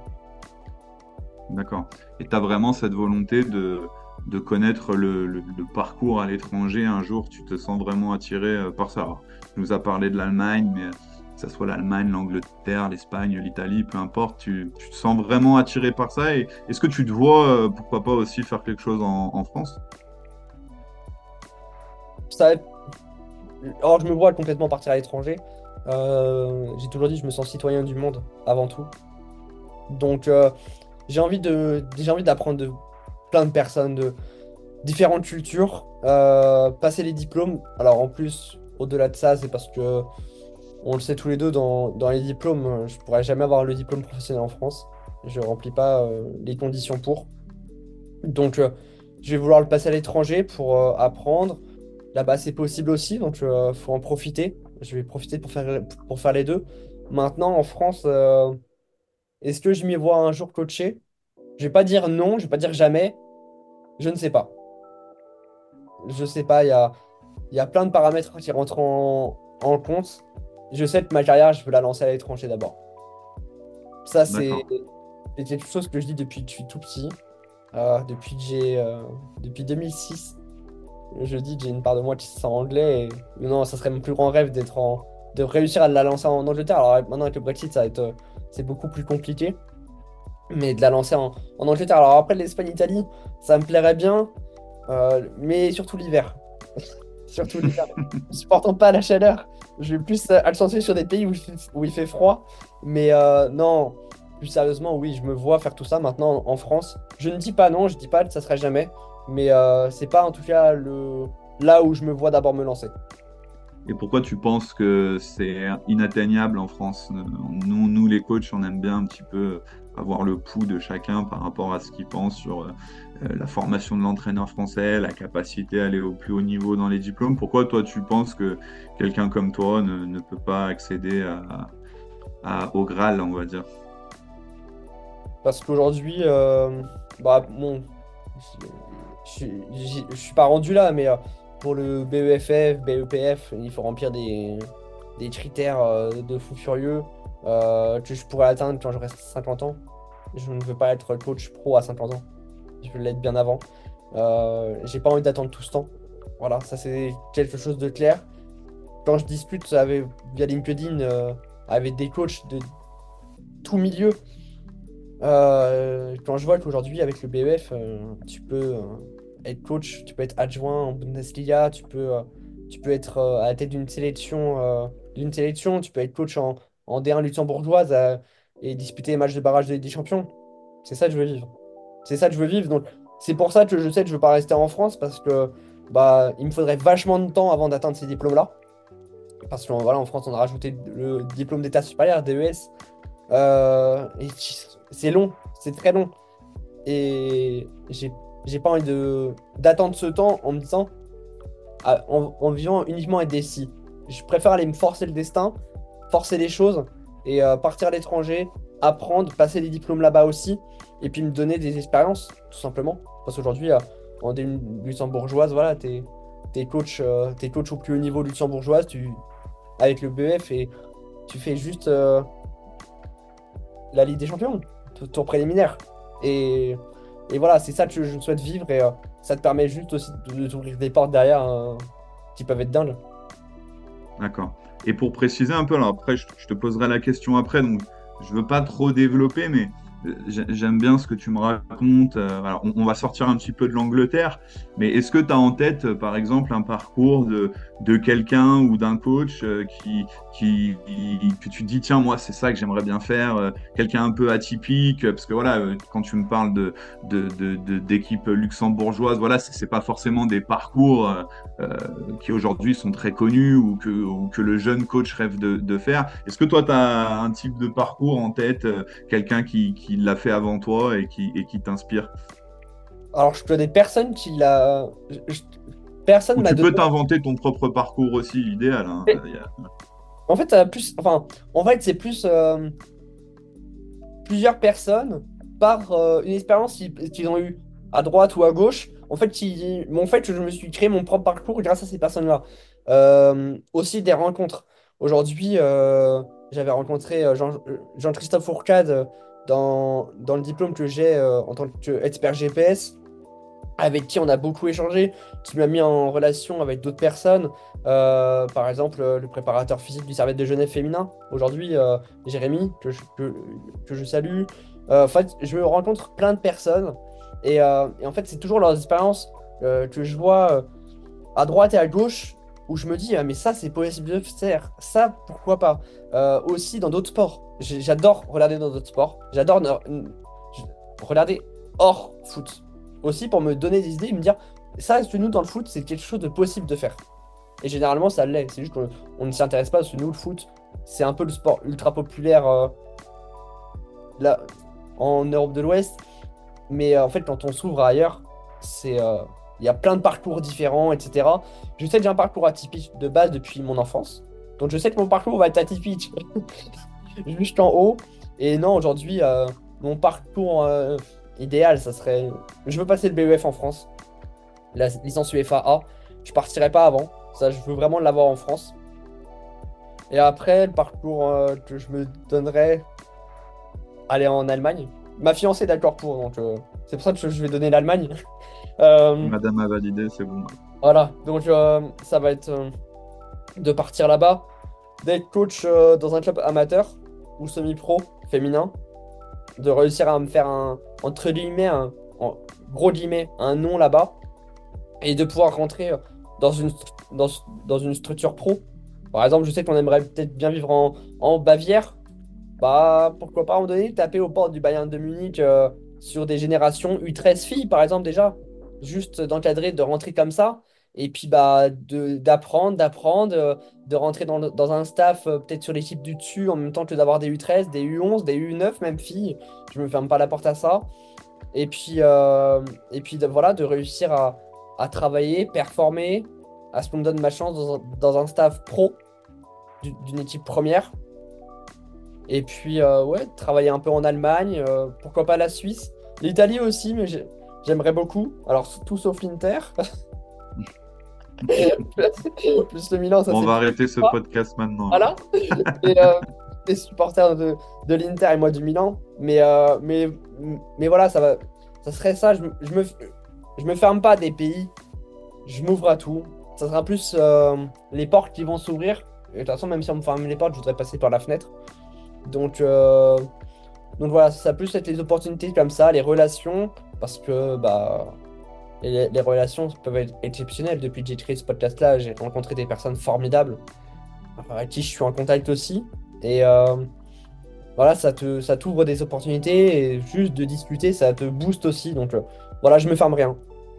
D'accord. Et tu as vraiment cette volonté de, de connaître le, le- le parcours à l'étranger un jour, tu te sens vraiment attiré euh, par ça. Alors, tu nous as parlé de l'Allemagne, mais que ce soit l'Allemagne, l'Angleterre, l'Espagne, l'Italie, peu importe, tu, tu te sens vraiment attiré par ça. Et est-ce que tu te vois, euh, pourquoi pas aussi faire quelque chose en, en France? Ça, alors je me vois complètement partir à l'étranger. Euh, j'ai toujours dit je me sens citoyen du monde avant tout. Donc euh, j'ai envie de, j'ai envie d'apprendre de plein de personnes, de différentes cultures, euh, passer les diplômes. Alors en plus, au-delà de ça, c'est parce que on le sait tous les deux, dans, dans les diplômes, euh, je pourrais jamais avoir le diplôme professionnel en France. Je remplis pas euh, les conditions pour. Donc, euh, je vais vouloir le passer à l'étranger pour euh, apprendre. Là-bas, c'est possible aussi, donc il faut en profiter. Je vais profiter pour faire, pour faire les deux. Maintenant, en France, euh, est-ce que je m'y vois un jour coacher? Je vais pas dire non, je vais pas dire jamais. Je ne sais pas. Je sais pas, il y a, il y a plein de paramètres qui rentrent en, en compte. Je sais que ma carrière, je veux la lancer à l'étranger d'abord. Ça, c'est D'accord. c'est quelque chose que je dis depuis que je suis tout petit. Euh, depuis que j'ai, euh, depuis deux mille six. Je dis que j'ai une part de moi qui se sent anglais. Et... Non, ça serait mon plus grand rêve d'être en... de réussir à la lancer en Angleterre. Alors maintenant, avec le Brexit, ça va être... euh, c'est beaucoup plus compliqué. Mais de la lancer en, en Angleterre. Alors après, l'Espagne-Italie, ça me plairait bien. Euh, mais surtout l'hiver. surtout l'hiver. Ne supportant pas la chaleur. Je vais plus euh, accentuer sur des pays où, il fait où il fait froid. Mais euh, non, plus sérieusement, oui, je me vois faire tout ça maintenant en France. Je ne dis pas non, je dis pas que ça sera jamais. Mais euh, c'est pas en tout cas le là où je me vois d'abord me lancer. Et pourquoi tu penses que c'est inatteignable en France? Nous, nous, les coachs, on aime bien un petit peu avoir le pouls de chacun par rapport à ce qu'il pense sur euh, la formation de l'entraîneur français, la capacité à aller au plus haut niveau dans les diplômes. Pourquoi toi, tu penses que quelqu'un comme toi ne, ne peut pas accéder à, à- au Graal, on va dire? Parce qu'aujourd'hui, euh, bah bon, je je- je suis pas rendu là, mais euh, pour le B E F F, B E P F, il faut remplir des, des critères euh, de fou furieux euh, que je pourrais atteindre quand je reste cinquante ans. Je ne veux pas être coach pro à cinquante ans. Je veux l'être bien avant. Euh, j'ai pas envie d'attendre tout ce temps. Voilà, ça c'est quelque chose de clair. Quand je discute avec, via LinkedIn euh, avec des coachs de tout milieu, euh, quand je vois qu'aujourd'hui, avec le B E F, euh, tu peux euh, être coach, tu peux être adjoint en Bundesliga, tu peux, euh, tu peux être euh, à la tête d'une sélection, euh, d'une sélection, tu peux être coach en, en D un luxembourgeoise euh, et disputer les matchs de barrage de Ligue des Champions. C'est ça que je veux vivre. C'est ça que je veux vivre. Donc, c'est pour ça que je sais que je veux pas rester en France parce que bah, il me faudrait vachement de temps avant d'atteindre ces diplômes-là. Parce que voilà, en France, on a rajouté le diplôme d'état supérieur, D E S. Euh, et c'est long, c'est très long. Et j'ai j'ai pas envie de d'attendre ce temps en me disant, ah, en, en vivant uniquement avec des si. Je préfère aller me forcer le destin, forcer les choses et euh, partir à l'étranger, apprendre, passer des diplômes là-bas aussi, et puis me donner des expériences, tout simplement. Parce qu'aujourd'hui, euh, en dé- luxembourgeoise, voilà, t'es t'es coach, euh, t'es coach au plus haut niveau luxembourgeoise, tu, avec le B E F, et tu fais juste euh, la Ligue des Champions, t- tour préliminaire. Et, et voilà, c'est ça que je, je souhaite vivre, et euh, ça te permet juste aussi de, de t'ouvrir des portes derrière euh, qui peuvent être dingues. D'accord. Et pour préciser un peu, alors après, je, je te poserai la question après, donc je veux pas trop développer, mais euh, j'ai- j'aime bien ce que tu me racontes. Euh, alors, on, on va sortir un petit peu de l'Angleterre, mais est-ce que tu as en tête, euh, par exemple, un parcours de, de quelqu'un ou d'un coach euh, qui, qui, qui- que tu te dis, tiens, moi, c'est ça que j'aimerais bien faire, euh, quelqu'un un peu atypique, parce que voilà, euh, quand tu me parles de, de, de, de- d'équipe luxembourgeoise, voilà, c'est c'est pas forcément des parcours. euh, euh, qui aujourd'hui sont très connus ou que, ou que le jeune coach rêve de, de faire. Est-ce que toi, tu as un type de parcours en tête, euh, quelqu'un qui, qui l'a fait avant toi et qui, et qui t'inspire? Alors, je connais personne qui l'a. je- je- Personne Ou m'a tu peux donné. t'inventer ton propre parcours aussi, idéal, hein. Mais, Il y a- en fait, ça a plus. Enfin, en fait, c'est plus euh, plusieurs personnes par euh, une expérience qu'ils qu'ils ont eue à droite ou à gauche. En fait, qui m'ont fait que je me suis créé mon propre parcours grâce à ces personnes-là. Euh, aussi des rencontres. Aujourd'hui, euh, j'avais rencontré euh, Jean- euh, Jean-Christophe Fourcade euh, dans, dans le diplôme que j'ai euh, en tant qu'expert G P S, avec qui on a beaucoup échangé, qui m'a mis en relation avec d'autres personnes. Euh, par exemple, euh, le préparateur physique du Servette de Genève féminin, aujourd'hui, euh, Jérémy, que je, que, que je salue. Euh, en fait, je me rencontre plein de personnes. Et, euh, et en fait, c'est toujours leurs expériences euh, que je vois euh, à droite et à gauche, où je me dis, ah, mais ça, c'est possible de faire. Ça, pourquoi pas? Euh, aussi dans d'autres sports. J'ai- J'adore regarder dans d'autres sports. J'adore ne- n- j- regarder hors foot. Aussi pour me donner des idées et me dire, ça, est-ce que nous, dans le foot, c'est quelque chose de possible de faire. Et généralement, ça l'est. C'est juste qu'on on ne s'y intéresse pas parce que nous, le foot, c'est un peu le sport ultra populaire euh, là, en Europe de l'Ouest. Mais euh, en fait, quand on s'ouvre ailleurs, c'est, euh, il y a plein de parcours différents, et cetera. Je sais que j'ai un parcours atypique de base depuis mon enfance. Donc je sais que mon parcours va être atypique jusqu'en haut. Et non, aujourd'hui, euh, mon parcours euh, idéal, ça serait... Je veux passer le B E F en France, la licence U F A A. Je partirai pas avant. Ça, je veux vraiment l'avoir en France. Et après, le parcours euh, que je me donnerais, aller en Allemagne. Ma fiancée est d'accord pour, donc euh, c'est pour ça que je vais donner l'Allemagne. Si Euh, madame a validé, c'est bon. voilà, donc euh, ça va être euh, de partir là-bas, d'être coach euh, dans un club amateur ou semi-pro féminin, de réussir à me faire un, entre guillemets, un, en gros guillemets, un nom là-bas, et de pouvoir rentrer euh, dans une, dans, dans une structure pro. Par exemple, je sais qu'on aimerait peut-être bien vivre en, en Bavière. Bah, pourquoi pas à un moment donné taper aux portes du Bayern de Munich euh, sur des générations U treize filles, par exemple, déjà. Juste d'encadrer, de rentrer comme ça. Et puis bah, de, d'apprendre, d'apprendre, euh, de rentrer dans, le- dans un staff euh, peut-être sur l'équipe du dessus en même temps que d'avoir des U treize, des U onze, des U neuf, même filles. Je me ferme pas la porte à ça. Et puis, euh, et puis de, voilà, de réussir à, à travailler, performer, à ce qu'on me donne ma chance dans un, dans un staff pro du- d'une équipe première. Et puis, euh, ouais, travailler un peu en Allemagne, euh, pourquoi pas la Suisse. L'Italie aussi, mais j'ai- j'aimerais beaucoup. Alors, tout sauf l'Inter. Plus le Milan, ça Bon, on c'est va plus arrêter ce pas. podcast maintenant. Voilà. Et euh, les supporters de, de l'Inter et moi du Milan. Mais, euh, mais, mais voilà, ça va, ça serait ça. Je, me, je me je me ferme pas des pays. Je m'ouvre à tout. Ça sera plus euh, les portes qui vont s'ouvrir. Et de toute façon, même si on me ferme les portes, je voudrais passer par la fenêtre. Donc, euh, donc voilà, ça va plus être les opportunités comme ça, les relations, parce que bah, les, les relations peuvent être exceptionnelles. Depuis que j'ai créé ce podcast-là, j'ai rencontré des personnes formidables avec qui je suis en contact aussi. Et euh, voilà, ça te, ça t'ouvre des opportunités et juste de discuter, ça te booste aussi. Donc euh, voilà, je me ferme rien.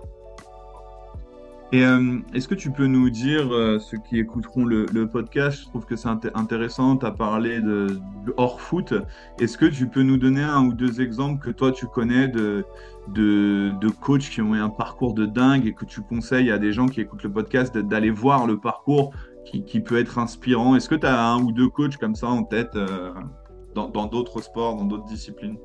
Et euh, est-ce que tu peux nous dire, euh, ceux qui écouteront le, le podcast, je trouve que c'est inté- intéressant, tu as parlé de, de hors foot. Est-ce que tu peux nous donner un ou deux exemples que toi tu connais de, de, de coachs qui ont eu un parcours de dingue et que tu conseilles à des gens qui écoutent le podcast de- d'aller voir le parcours qui, qui peut être inspirant? Est-ce que tu as un ou deux coachs comme ça en tête euh, dans, dans d'autres sports, dans d'autres disciplines?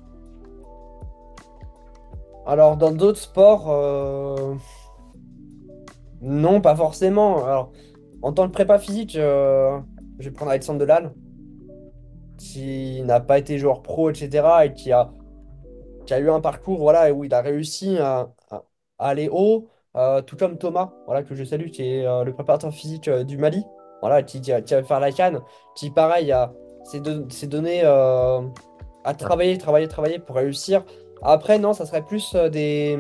Alors, dans d'autres sports, euh, non, pas forcément. Alors, en tant que prépa physique, euh, je vais prendre Alexandre Delal, qui n'a pas été joueur pro, et cetera, et qui a, qui a eu un parcours voilà, où il a réussi à, à- à aller haut, euh, tout comme Thomas, voilà, que je salue, qui est euh, le préparateur physique euh, du Mali, voilà, qui, qui, a- qui va faire la CAN, qui, pareil, a, s'est don- s'est donné euh, à travailler, travailler, travailler pour réussir. Après, non, ça serait plus euh, des,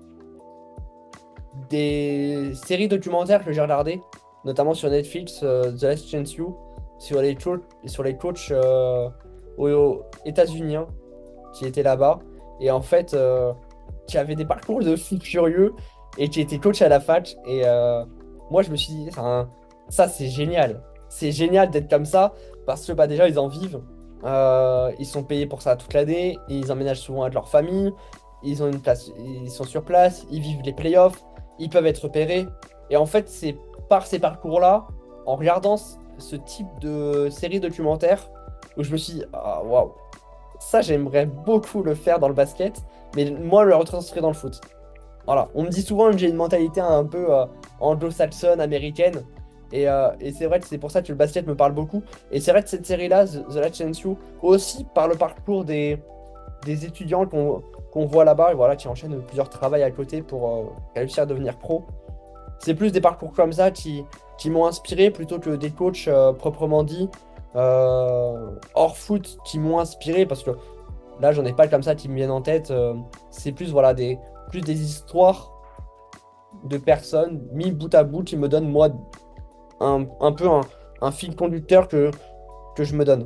des séries documentaires que j'ai regardées, notamment sur Netflix, euh, The Last Chance You, sur les, coach- sur les coachs euh, aux, aux États-Unis hein, qui étaient là-bas. Et en fait, euh, qui avaient des parcours de fous furieux et qui étaient coachs à la fac. Et euh, moi, je me suis dit, enfin, ça, c'est génial. C'est génial d'être comme ça parce que bah, déjà, ils en vivent. Euh, ils sont payés pour ça toute l'année. Ils emménagent souvent avec leur famille. Ils ont une place, ils sont sur place. Ils vivent les playoffs. Ils peuvent être repérés. Et en fait, c'est par ces parcours-là, en regardant ce ce type de série documentaire, où je me suis dit, ah, waouh, ça, j'aimerais beaucoup le faire dans le basket, mais moi, le retranscrire dans le foot. Voilà. On me dit souvent que j'ai une mentalité un peu euh, anglo-saxonne, américaine. Et, euh, et c'est vrai que c'est pour ça que le basket me parle beaucoup. Et c'est vrai que cette série-là, The, The Last Chance You, aussi par le parcours des, des étudiants qu'on qu'on voit là-bas, et voilà, qui enchaînent plusieurs travails à côté pour euh, réussir à devenir pro. C'est plus des parcours comme ça qui, qui m'ont inspiré plutôt que des coachs euh, proprement dit euh, hors foot qui m'ont inspiré parce que là, j'en ai pas comme ça qui me viennent en tête. euh, c'est plus, voilà, des, plus des histoires de personnes mis bout à bout qui me donnent, moi, un, un peu un, un fil conducteur que, que je me donne.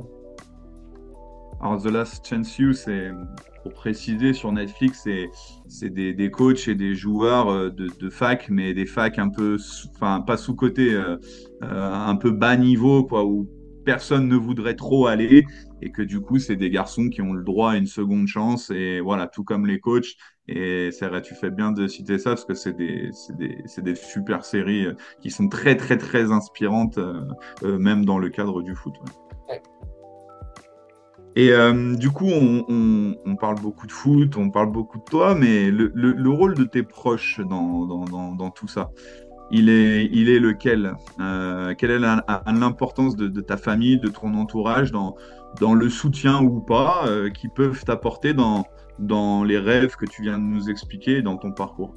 Alors, The Last Chance You, c'est, pour préciser, sur Netflix, c'est c'est des, des coachs et des joueurs euh, de, de fac, mais des facs un peu, sous- enfin, pas sous-cotés, euh, euh, un peu bas niveau, quoi, où personne ne voudrait trop aller, et que du coup, c'est des garçons qui ont le droit à une seconde chance, et voilà, tout comme les coachs. Et c'est vrai, tu fais bien de citer ça, parce que c'est des, c'est des, c'est des super séries euh, qui sont très, très, très inspirantes, euh, euh, même dans le cadre du foot. Ouais. Ouais. Et euh, du coup, on, on- on parle beaucoup de foot, on parle beaucoup de toi, mais le, le- le rôle de tes proches dans, dans- dans- dans tout ça, il est, il est lequel? Euh, quelle est la- l'importance de, de ta famille, de ton entourage dans, dans le soutien ou pas euh, qu'ils peuvent t'apporter dans, dans les rêves que tu viens de nous expliquer dans ton parcours?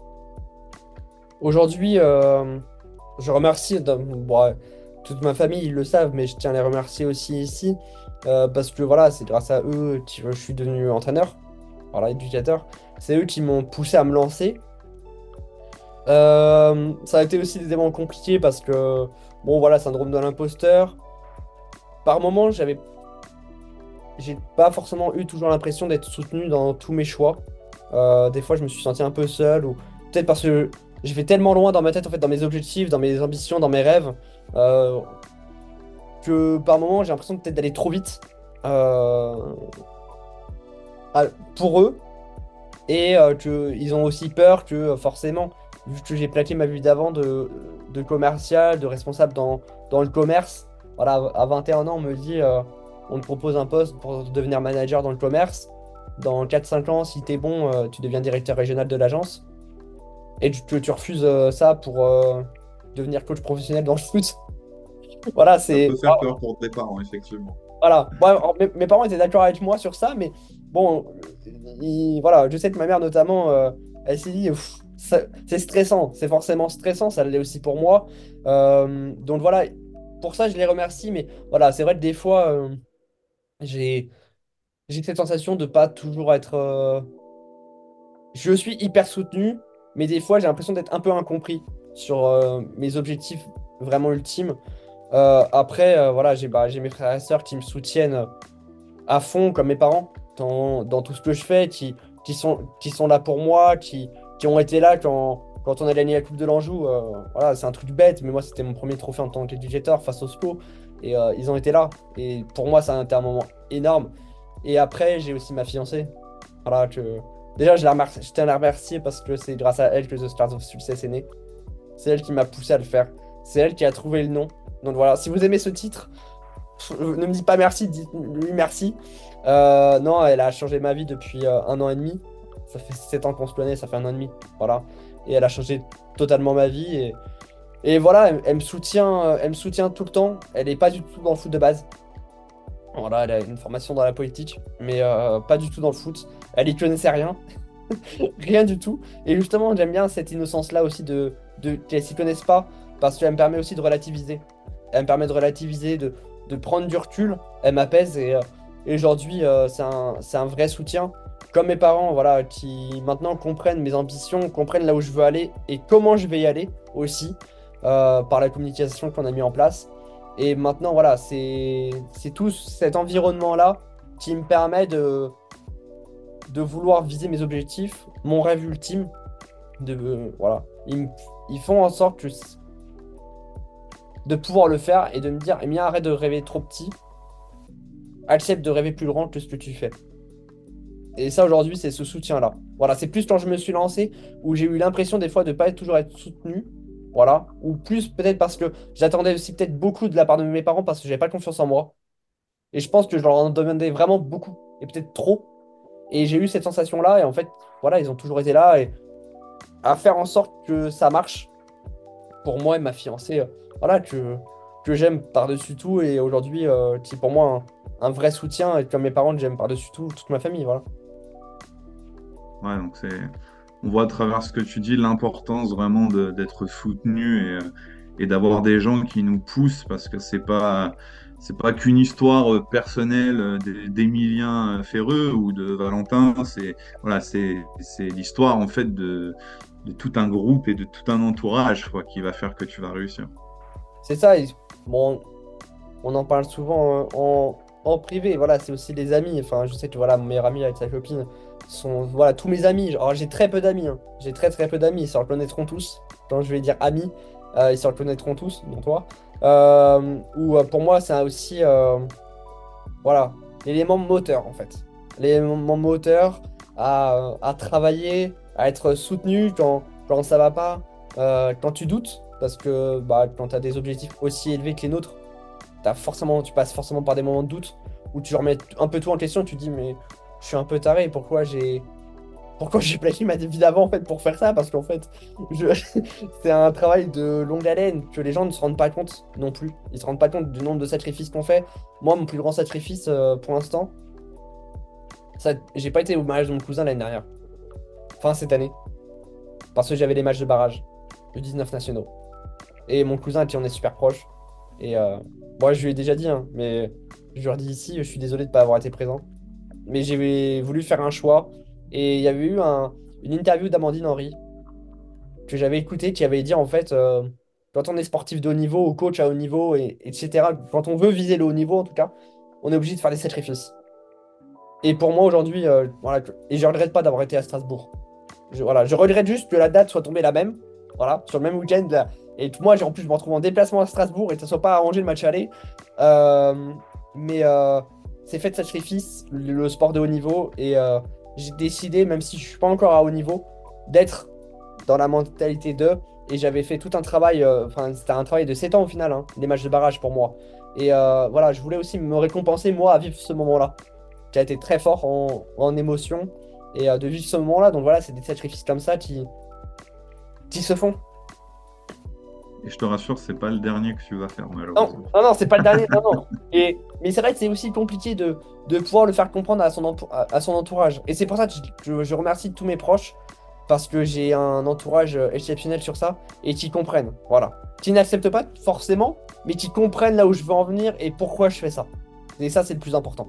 Aujourd'hui, euh, je remercie dans- bon, ouais, toute ma famille, ils le savent, mais je tiens à les remercier aussi ici euh, parce que voilà, c'est grâce à eux que je suis devenu entraîneur, voilà, éducateur. C'est eux qui m'ont poussé à me lancer. Euh, ça a été aussi des moments compliqués parce que, bon, voilà, syndrome de l'imposteur. Par moments, j'avais, j'ai pas forcément eu toujours l'impression d'être soutenu dans tous mes choix. Euh, des fois, je me suis senti un peu seul ou peut-être parce que j'ai fait tellement loin dans ma tête, en fait, dans mes objectifs, dans mes ambitions, dans mes rêves, euh, que par moments, j'ai l'impression peut-être d'aller trop vite euh, à- pour eux et euh, qu'ils ont aussi peur que euh, forcément, vu que j'ai plaqué ma vie d'avant de, de commercial, de responsable dans, dans le commerce, voilà, à vingt et un ans, on me dit euh, on te propose un poste pour devenir manager dans le commerce. Dans quatre cinq ans, si t'es bon, euh, tu deviens directeur régional de l'agence. Et tu, tu, tu refuses euh, ça pour euh, devenir coach professionnel dans le foot. Voilà, Ça c'est. peut faire peur pour tes parents, effectivement. Voilà. Bon, alors, mes, mes parents étaient d'accord avec moi sur ça, mais bon, ils- voilà, je sais que ma mère notamment, euh, elle s'est dit, Pff, ça- c'est stressant, c'est forcément stressant, ça l'est aussi pour moi. Euh, donc voilà, pour ça je les remercie, mais voilà, c'est vrai que des fois, euh, j'ai j'ai cette sensation de pas toujours être. euh, Je suis hyper soutenu, mais des fois j'ai l'impression d'être un peu incompris sur euh, mes objectifs vraiment ultimes. Euh, après, euh, voilà, j'ai bah, j'ai mes frères et sœurs qui me soutiennent à fond, comme mes parents, dans, dans tout ce que je fais, qui, qui sont, qui sont là pour moi, qui, qui ont été là quand, quand on a gagné la Coupe de l'Anjou. Euh, voilà, c'est un truc bête, mais moi, c'était mon premier trophée en tant qu'éducateur face au S P O. Et euh, ils ont été là. Et pour moi, ça a été un moment énorme. Et après, j'ai aussi ma fiancée. Voilà, que... Déjà, je la remercie, je tiens à la remercier parce que c'est grâce à elle que The Stars of Success est né. C'est elle qui m'a poussé à le faire. C'est elle qui a trouvé le nom. Donc voilà, si vous aimez ce titre, ne me dites pas merci, dites-lui merci. Euh, non, elle a changé ma vie depuis euh, un an et demi. Ça fait sept ans qu'on se connaît, ça fait un an et demi. Voilà. Et elle a changé totalement ma vie. Et, et voilà, elle, elle me soutient, euh, elle me soutient tout le temps. Elle est pas du tout dans le foot de base. Voilà, elle a une formation dans la politique, mais euh, pas du tout dans le foot. Elle y connaissait rien, rien du tout. Et justement, j'aime bien cette innocence-là aussi de, de qu'elle s'y connaisse pas, parce qu'elle me permet aussi de relativiser. Elle me permet de relativiser, de, de prendre du recul. Elle m'apaise et, euh, et aujourd'hui, euh, c'est un, c'est un vrai soutien. Comme mes parents, voilà, qui maintenant comprennent mes ambitions, comprennent là où je veux aller et comment je vais y aller aussi, euh, par la communication qu'on a mis en place. Et maintenant, voilà, c'est, c'est tout cet environnement-là qui me permet de, de vouloir viser mes objectifs, mon rêve ultime. De, euh, voilà. Ils, me- ils font en sorte que de pouvoir le faire et de me dire, eh bien, arrête de rêver trop petit, accepte de rêver plus grand que ce que tu fais. Et ça, aujourd'hui, c'est ce soutien-là. Voilà, c'est plus quand je me suis lancé où j'ai eu l'impression des fois de ne pas être toujours être soutenu. Voilà. Ou plus peut-être parce que j'attendais aussi peut-être beaucoup de la part de mes parents parce que j'avais pas confiance en moi. Et je pense que je leur en demandais vraiment beaucoup et peut-être trop. Et j'ai eu cette sensation-là et en fait, voilà, ils ont toujours été là et à faire en sorte que ça marche pour moi et ma fiancée, euh, voilà, que, que j'aime par-dessus tout et aujourd'hui, euh, qui est pour moi un, un vrai soutien et comme mes parents que j'aime par-dessus tout, toute ma famille, voilà. Ouais, donc c'est, on voit à travers ce que tu dis l'importance vraiment de- d'être soutenu et, euh, et d'avoir des gens qui nous poussent parce que c'est pas, c'est pas qu'une histoire euh, personnelle euh, d'E- d'Emilien euh, Ferreux ou de Valentin. C'est, voilà, c'est, c'est l'histoire en fait de, de tout un groupe et de tout un entourage, quoi, qui va faire que tu vas réussir. C'est ça, et, bon, on en parle souvent euh, en, en privé, voilà, c'est aussi les amis, enfin, je sais que voilà, mon meilleur ami avec sa copine sont, voilà, tous mes amis, alors j'ai très peu d'amis, hein. J'ai très très peu d'amis, ils se reconnaîtront tous, quand je vais dire amis, euh, ils se reconnaîtront tous, dont toi. Euh, ou euh, pour moi, c'est aussi, euh, voilà, l'élément moteur en fait. L'élément moteur à, à travailler, à être soutenu quand, quand ça va pas, euh, quand tu doutes, parce que bah, quand tu as des objectifs aussi élevés que les nôtres, t'as forcément, tu passes forcément par des moments de doute où tu remets un peu tout en question, tu te dis mais je suis un peu taré, pourquoi j'ai pourquoi j'ai planifié ma vie d'avant en fait pour faire ça? Parce qu'en fait, je... c'est un travail de longue haleine que les gens ne se rendent pas compte non plus. Ils se rendent pas compte du nombre de sacrifices qu'on fait. Moi, mon plus grand sacrifice euh, pour l'instant, ça... j'ai pas été au mariage de mon cousin l'année dernière. Enfin, cette année. Parce que j'avais les matchs de barrage, le dix-neuf nationaux. Et mon cousin, qui en est super proche. Et euh, moi, je lui ai déjà dit, hein, mais je lui ai dit ici, je suis désolé de ne pas avoir été présent. Mais j'ai voulu faire un choix. Et il y avait eu un- une interview d'Amandine Henry que j'avais écouté qui avait dit en fait, euh, quand on est sportif de haut niveau ou coach à haut niveau, et, etc., quand on veut viser le haut niveau en tout cas, on est obligé de faire des sacrifices. Et pour moi aujourd'hui, euh, voilà, que- et je regrette pas d'avoir été à Strasbourg. Je, voilà, je regrette juste que la date soit tombée la même, voilà, sur le même week-end. Là. Et que moi, j'ai en plus, je me retrouve en déplacement à Strasbourg et que ça soit pas arrangé le match aller. Euh, mais euh, c'est fait de sacrifice, le, le sport de haut niveau. Et euh, j'ai décidé, même si je suis pas encore à haut niveau, d'être dans la mentalité de. Et j'avais fait tout un travail, euh, enfin, c'était un travail de sept ans au final, hein, les matchs de barrage pour moi. Et euh, voilà, je voulais aussi me récompenser, moi, à vivre ce moment-là, qui a été très fort en, en émotion. Et euh, de vivre ce moment-là, donc voilà, c'est des sacrifices comme ça qui, qui se font. Et je te rassure, c'est pas le dernier que tu vas faire, Non, malheureusement. non, non, c'est pas le dernier, non, non. Et, mais c'est vrai que c'est aussi compliqué de, de pouvoir le faire comprendre à son, entou- à, à son entourage. Et c'est pour ça que je, je- je remercie tous mes proches, parce que j'ai un entourage euh, exceptionnel sur ça, et qui comprennent, voilà. Qui n'acceptent pas forcément, mais qui comprennent là où je veux en venir et pourquoi je fais ça. Et ça, c'est le plus important.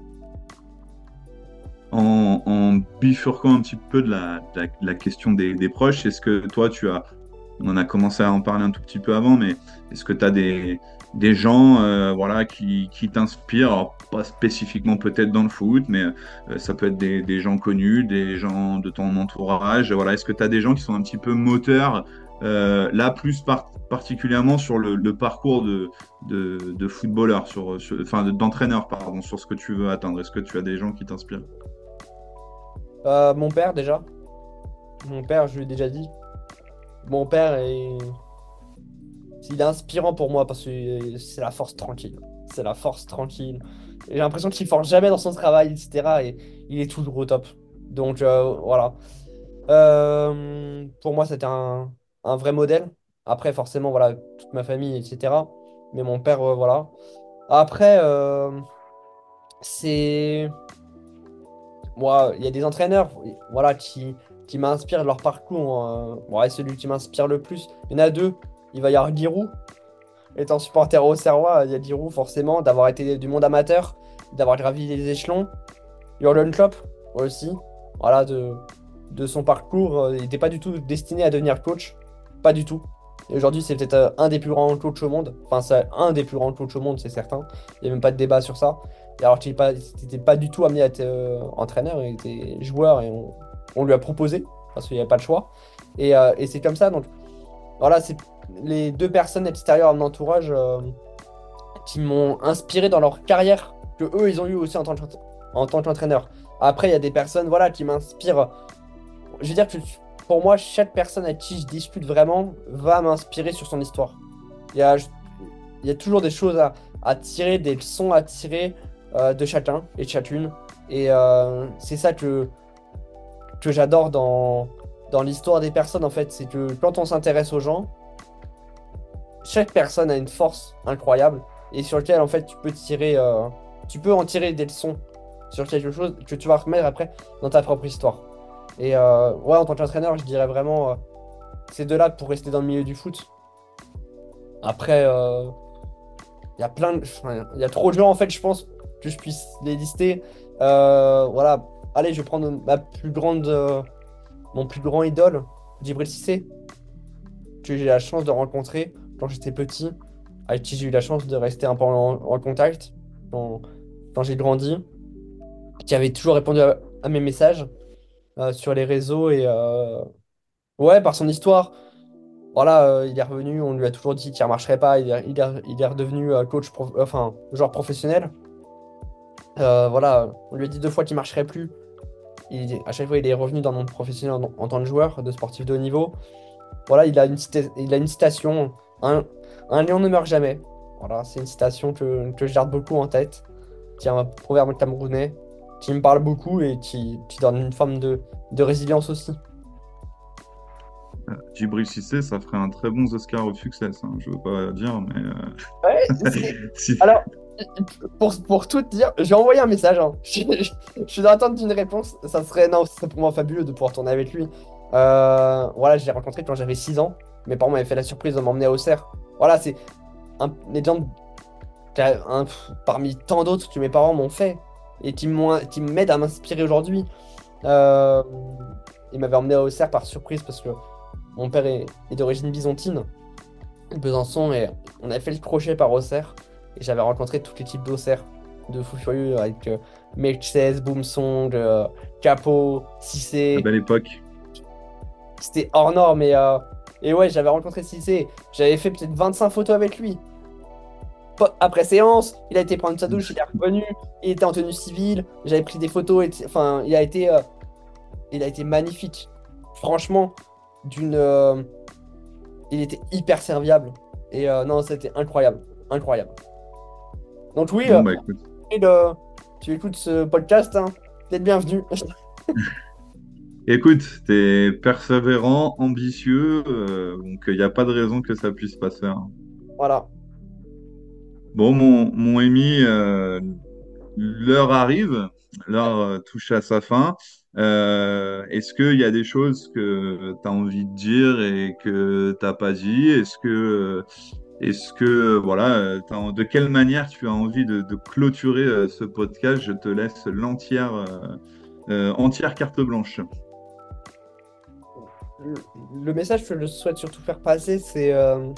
En, en bifurquant un petit peu de la, de la, de la question des, des proches, est-ce que toi, tu as, on en a commencé à en parler un tout petit peu avant, mais est-ce que tu as des, des gens euh, voilà, qui, qui t'inspirent, alors pas spécifiquement peut-être dans le foot, mais euh, ça peut être des, des gens connus, des gens de ton entourage. Voilà. Est-ce que tu as des gens qui sont un petit peu moteurs, euh, là plus par- particulièrement sur le, le parcours de, de, de footballeur, sur, sur- enfin de- d'entraîneur, pardon, sur ce que tu veux atteindre? Est-ce que tu as des gens qui t'inspirent? Euh, mon père, déjà. Mon père, je lui ai déjà dit. Mon père est Il est inspirant pour moi parce que c'est la force tranquille. C'est la force tranquille. J'ai l'impression qu'il ne force jamais dans son travail, et cetera. Et il est toujours au top. Donc euh, voilà. Euh, pour moi, c'était un, un vrai modèle. Après, forcément, voilà, toute ma famille, et cetera. Mais mon père, euh, voilà. Après, euh, c'est. Moi, il y a des entraîneurs voilà, qui, qui m'inspirent de leur parcours. euh, Ouais, celui qui m'inspire le plus. Il y en a deux. Il va y avoir Giroud. Étant supporter au Serrois, il y a Giroud forcément, d'avoir été du monde amateur, d'avoir gravi les échelons. Jürgen Klopp aussi, voilà, de, de son parcours, euh, il n'était pas du tout destiné à devenir coach, pas du tout. Et aujourd'hui, c'est peut-être euh, un des plus grands coachs au monde. Enfin, c'est un des plus grands coachs au monde, c'est certain. Il n'y a même pas de débat sur ça. Et alors qu'il n'était pas, c'était pas du tout amené à être euh, entraîneur, il était joueur et on, on lui a proposé, parce qu'il n'y avait pas le choix. Et, euh, et c'est comme ça, donc voilà, c'est les deux personnes extérieures à mon entourage euh, qui m'ont inspiré dans leur carrière que eux ils ont eu aussi en tant que- en tant qu'entraîneur. Après, il y a des personnes voilà qui m'inspirent. Je veux dire que pour moi, chaque personne à qui je discute vraiment va m'inspirer sur son histoire. Il y a, il y a toujours des choses à, à tirer, des leçons à tirer euh, de chacun et de chacune. Et euh, c'est ça que, que j'adore dans, dans l'histoire des personnes en fait. C'est que quand on s'intéresse aux gens, chaque personne a une force incroyable et sur lequel en fait tu peux tirer euh, tu peux en tirer des leçons sur quelque chose que tu vas remettre après dans ta propre histoire. Et euh, ouais, en tant qu'entraîneur, je dirais vraiment euh, ces deux-là pour rester dans le milieu du foot. Après, euh, il y a plein de... enfin, il y a trop de gens en fait, je pense que je puisse les lister. Euh, voilà, allez, je vais prendre ma plus grande euh, mon plus grand idole, Djibril Cissé, que j'ai la chance de rencontrer quand j'étais petit, avec qui j'ai eu la chance de rester un peu en, en contact quand, quand j'ai grandi, qui avait toujours répondu à, à mes messages euh, sur les réseaux et euh, ouais, par son histoire. Voilà, euh, il est revenu, on lui a toujours dit qu'il ne marcherait pas, il est, il est- il est redevenu euh, coach, prof- enfin, joueur professionnel. Euh, voilà, on lui a dit deux fois qu'il ne marcherait plus. Il, à chaque fois, il est revenu dans le monde professionnel en, en tant que joueur de sportif de haut niveau. Voilà, il a une, cita- il a une citation, un, un lion ne meurt jamais. Voilà, c'est une citation que, que je garde beaucoup en tête, qui est un proverbe camerounais, qui me parle beaucoup et qui, qui donne une forme de, de résilience aussi. Djibril Cissé, ça ferait un très bon Oscar of Success, hein, je veux pas dire, mais Ouais, c'est- euh, si- alors, pour, pour tout te dire, j'ai envoyé un message, hein. Je, je- je suis dans l'attente d'une réponse. Ça serait, non, ce serait pour moi fabuleux de pouvoir tourner avec lui. Euh, voilà, je l'ai rencontré quand j'avais six ans. Mes parents m'avaient fait la surprise de m'emmener à Auxerre. Voilà, c'est un exemple qu'un- un- parmi tant d'autres que mes parents m'ont fait et qui m'ont, qui m'aident à m'inspirer aujourd'hui. Euh, ils m'avaient emmené à Auxerre par surprise parce que mon père est, est d'origine byzantine, Besançon, et on avait fait le crochet par Auxerre. Et j'avais rencontré toute l'équipe d'Auxerre de Fou Furieux avec euh, Melchizedek, Boomsong, euh, Capo, La Cissé. belle époque. C'était hors norme. Et, euh, et ouais, j'avais rencontré Cissé. J'avais fait peut-être vingt-cinq photos avec lui. Po- Après séance, il a été prendre sa douche, il est revenu, il était en tenue civile, j'avais pris des photos, et enfin, il a été, euh, il a été magnifique. Franchement, d'une, euh, il était hyper serviable. Et euh, non, c'était incroyable, incroyable. Donc oui, Bon, euh, bah écoute. et le- tu écoutes ce podcast, hein, t'es le bienvenu. Écoute, t'es persévérant, ambitieux, euh, donc il n'y a pas de raison que ça puisse pas se faire. Voilà. Bon, mon, mon Amy, euh, l'heure arrive, l'heure euh, touche à sa fin. Euh, est-ce qu'il y a des choses que tu as envie de dire et que t'as pas dit? Est-ce que, euh, est-ce que, voilà, euh, t'as en- de quelle manière tu as envie de, de clôturer euh, ce podcast? Je te laisse l'entière, euh, euh, entière carte blanche. Le, le message que je souhaite surtout faire passer, c'est euh,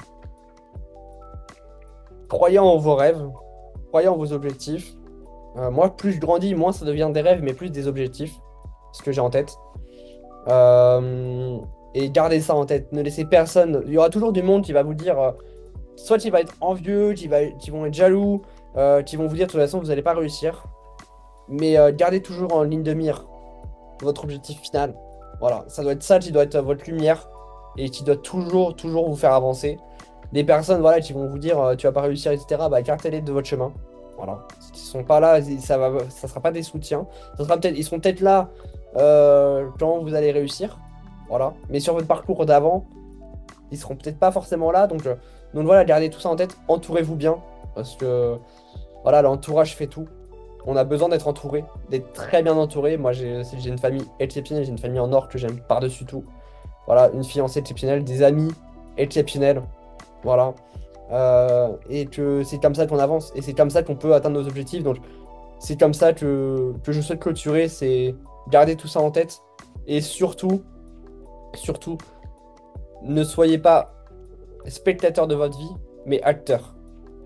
croyez en vos rêves, croyez en vos objectifs. Euh, moi, plus je grandis, moins ça devient des rêves, mais plus des objectifs, ce que j'ai en tête. Euh, et gardez ça en tête. Ne laissez personne. Il y aura toujours du monde qui va vous dire, euh, soit qui va être envieux, qui va, qui vont être jaloux, euh, qui vont vous dire de toute façon vous n'allez pas réussir. Mais euh, gardez toujours en ligne de mire votre objectif final. Voilà, ça doit être ça qui doit être votre lumière et qui doit toujours, toujours vous faire avancer. Des personnes voilà, qui vont vous dire euh, tu vas pas réussir, et cetera, bah, écartez-les de votre chemin. Voilà. Ils sont pas là, ça va, ça sera pas des soutiens. Ça sera peut-être, ils seront peut-être là euh, quand vous allez réussir. Voilà. Mais sur votre parcours d'avant, ils seront peut-être pas forcément là. Donc, euh, donc voilà, gardez tout ça en tête. Entourez-vous bien. Parce que voilà, l'entourage fait tout. On a besoin d'être entouré, d'être très bien entouré. Moi, j'ai j'ai une famille exceptionnelle, j'ai une famille en or que j'aime par-dessus tout. Voilà, une fiancée exceptionnelle, des amis exceptionnels. Voilà. Euh, et que c'est comme ça qu'on avance. Et c'est comme ça qu'on peut atteindre nos objectifs. Donc, c'est comme ça que, que je souhaite clôturer. C'est garder tout ça en tête. Et surtout, surtout, ne soyez pas spectateur de votre vie, mais acteur.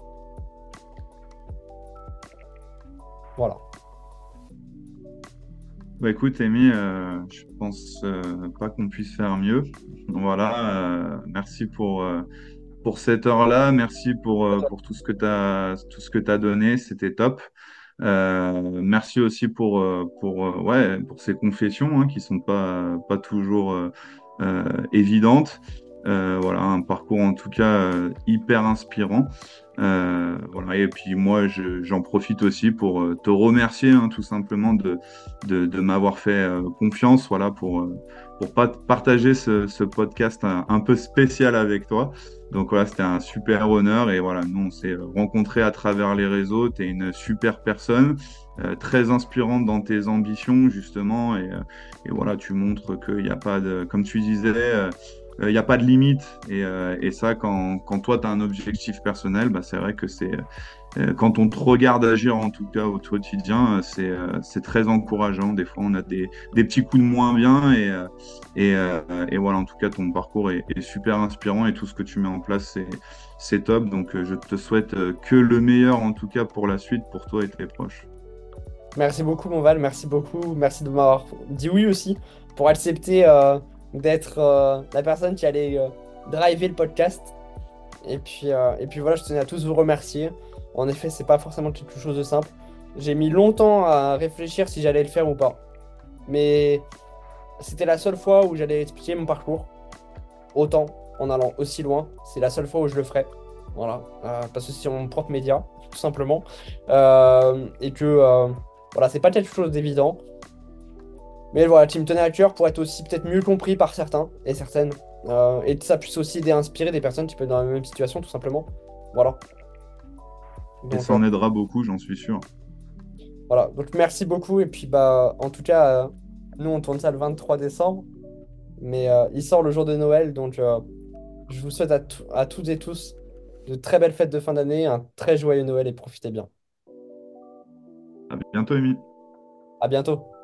Voilà. Bah écoute, Amy, euh, je pense euh, pas qu'on puisse faire mieux. Voilà, euh, merci pour, euh, pour cette heure-là, merci pour, euh, pour tout ce que tu as, tout ce que tu donné, c'était top. Euh, merci aussi pour, euh, pour, euh, ouais, pour ces confessions hein, qui sont pas, pas toujours euh, euh, évidentes. Euh, voilà, un parcours en tout cas euh, hyper inspirant. Euh, voilà, et puis moi, je- j'en profite aussi pour euh, te remercier hein, tout simplement de, de, de m'avoir fait euh, confiance voilà, pour, euh, pour pas partager ce, ce podcast un, un peu spécial avec toi. Donc voilà, c'était un super honneur et voilà, nous on s'est rencontrés à travers les réseaux. Tu es une super personne, euh, très inspirante dans tes ambitions justement et, euh, et voilà, tu montres qu'il n'y a pas de, comme tu disais, euh, euh, il n'y a pas de limite et, euh, et ça quand, quand toi tu as un objectif personnel, bah, c'est vrai que c'est euh, quand on te regarde agir en tout cas au quotidien, euh, c'est euh, c'est très encourageant. Des fois on a des, des petits coups de moins bien et, euh, et, euh, et voilà, en tout cas, ton parcours est, est super inspirant et tout ce que tu mets en place, c'est, c'est top. Donc, euh, je te souhaite euh, que le meilleur, en tout cas, pour la suite, pour toi et tes proches. Merci beaucoup, mon Val. Merci beaucoup. Merci de m'avoir dit oui aussi pour accepter euh, d'être euh, la personne qui allait euh, driver le podcast. Et puis, euh, et puis voilà, je tenais à tous vous remercier. En effet, c'est pas forcément quelque chose de simple. J'ai mis longtemps à réfléchir si j'allais le faire ou pas. Mais c'était la seule fois où j'allais expliquer mon parcours. Autant en allant aussi loin. C'est la seule fois où je le ferai. Voilà. Euh, parce que c'est mon propre média, tout simplement. Euh, et que euh, voilà, c'est pas quelque chose d'évident. Mais voilà, qui me tenait à cœur pour être aussi peut-être mieux compris par certains et certaines. Euh, et que ça puisse aussi aider à inspirer des personnes qui peuvent être dans la même situation, tout simplement. Voilà. Et Donc, ça euh, en aidera beaucoup, j'en suis sûr. voilà. Donc merci beaucoup. Et puis bah en tout cas, euh, nous on tourne ça le vingt-trois décembre. Mais euh, il sort le jour de Noël. Donc euh, je vous souhaite à, tout- à toutes et tous de très belles fêtes de fin d'année, un très joyeux Noël et profitez bien. À bientôt, Amy. À bientôt.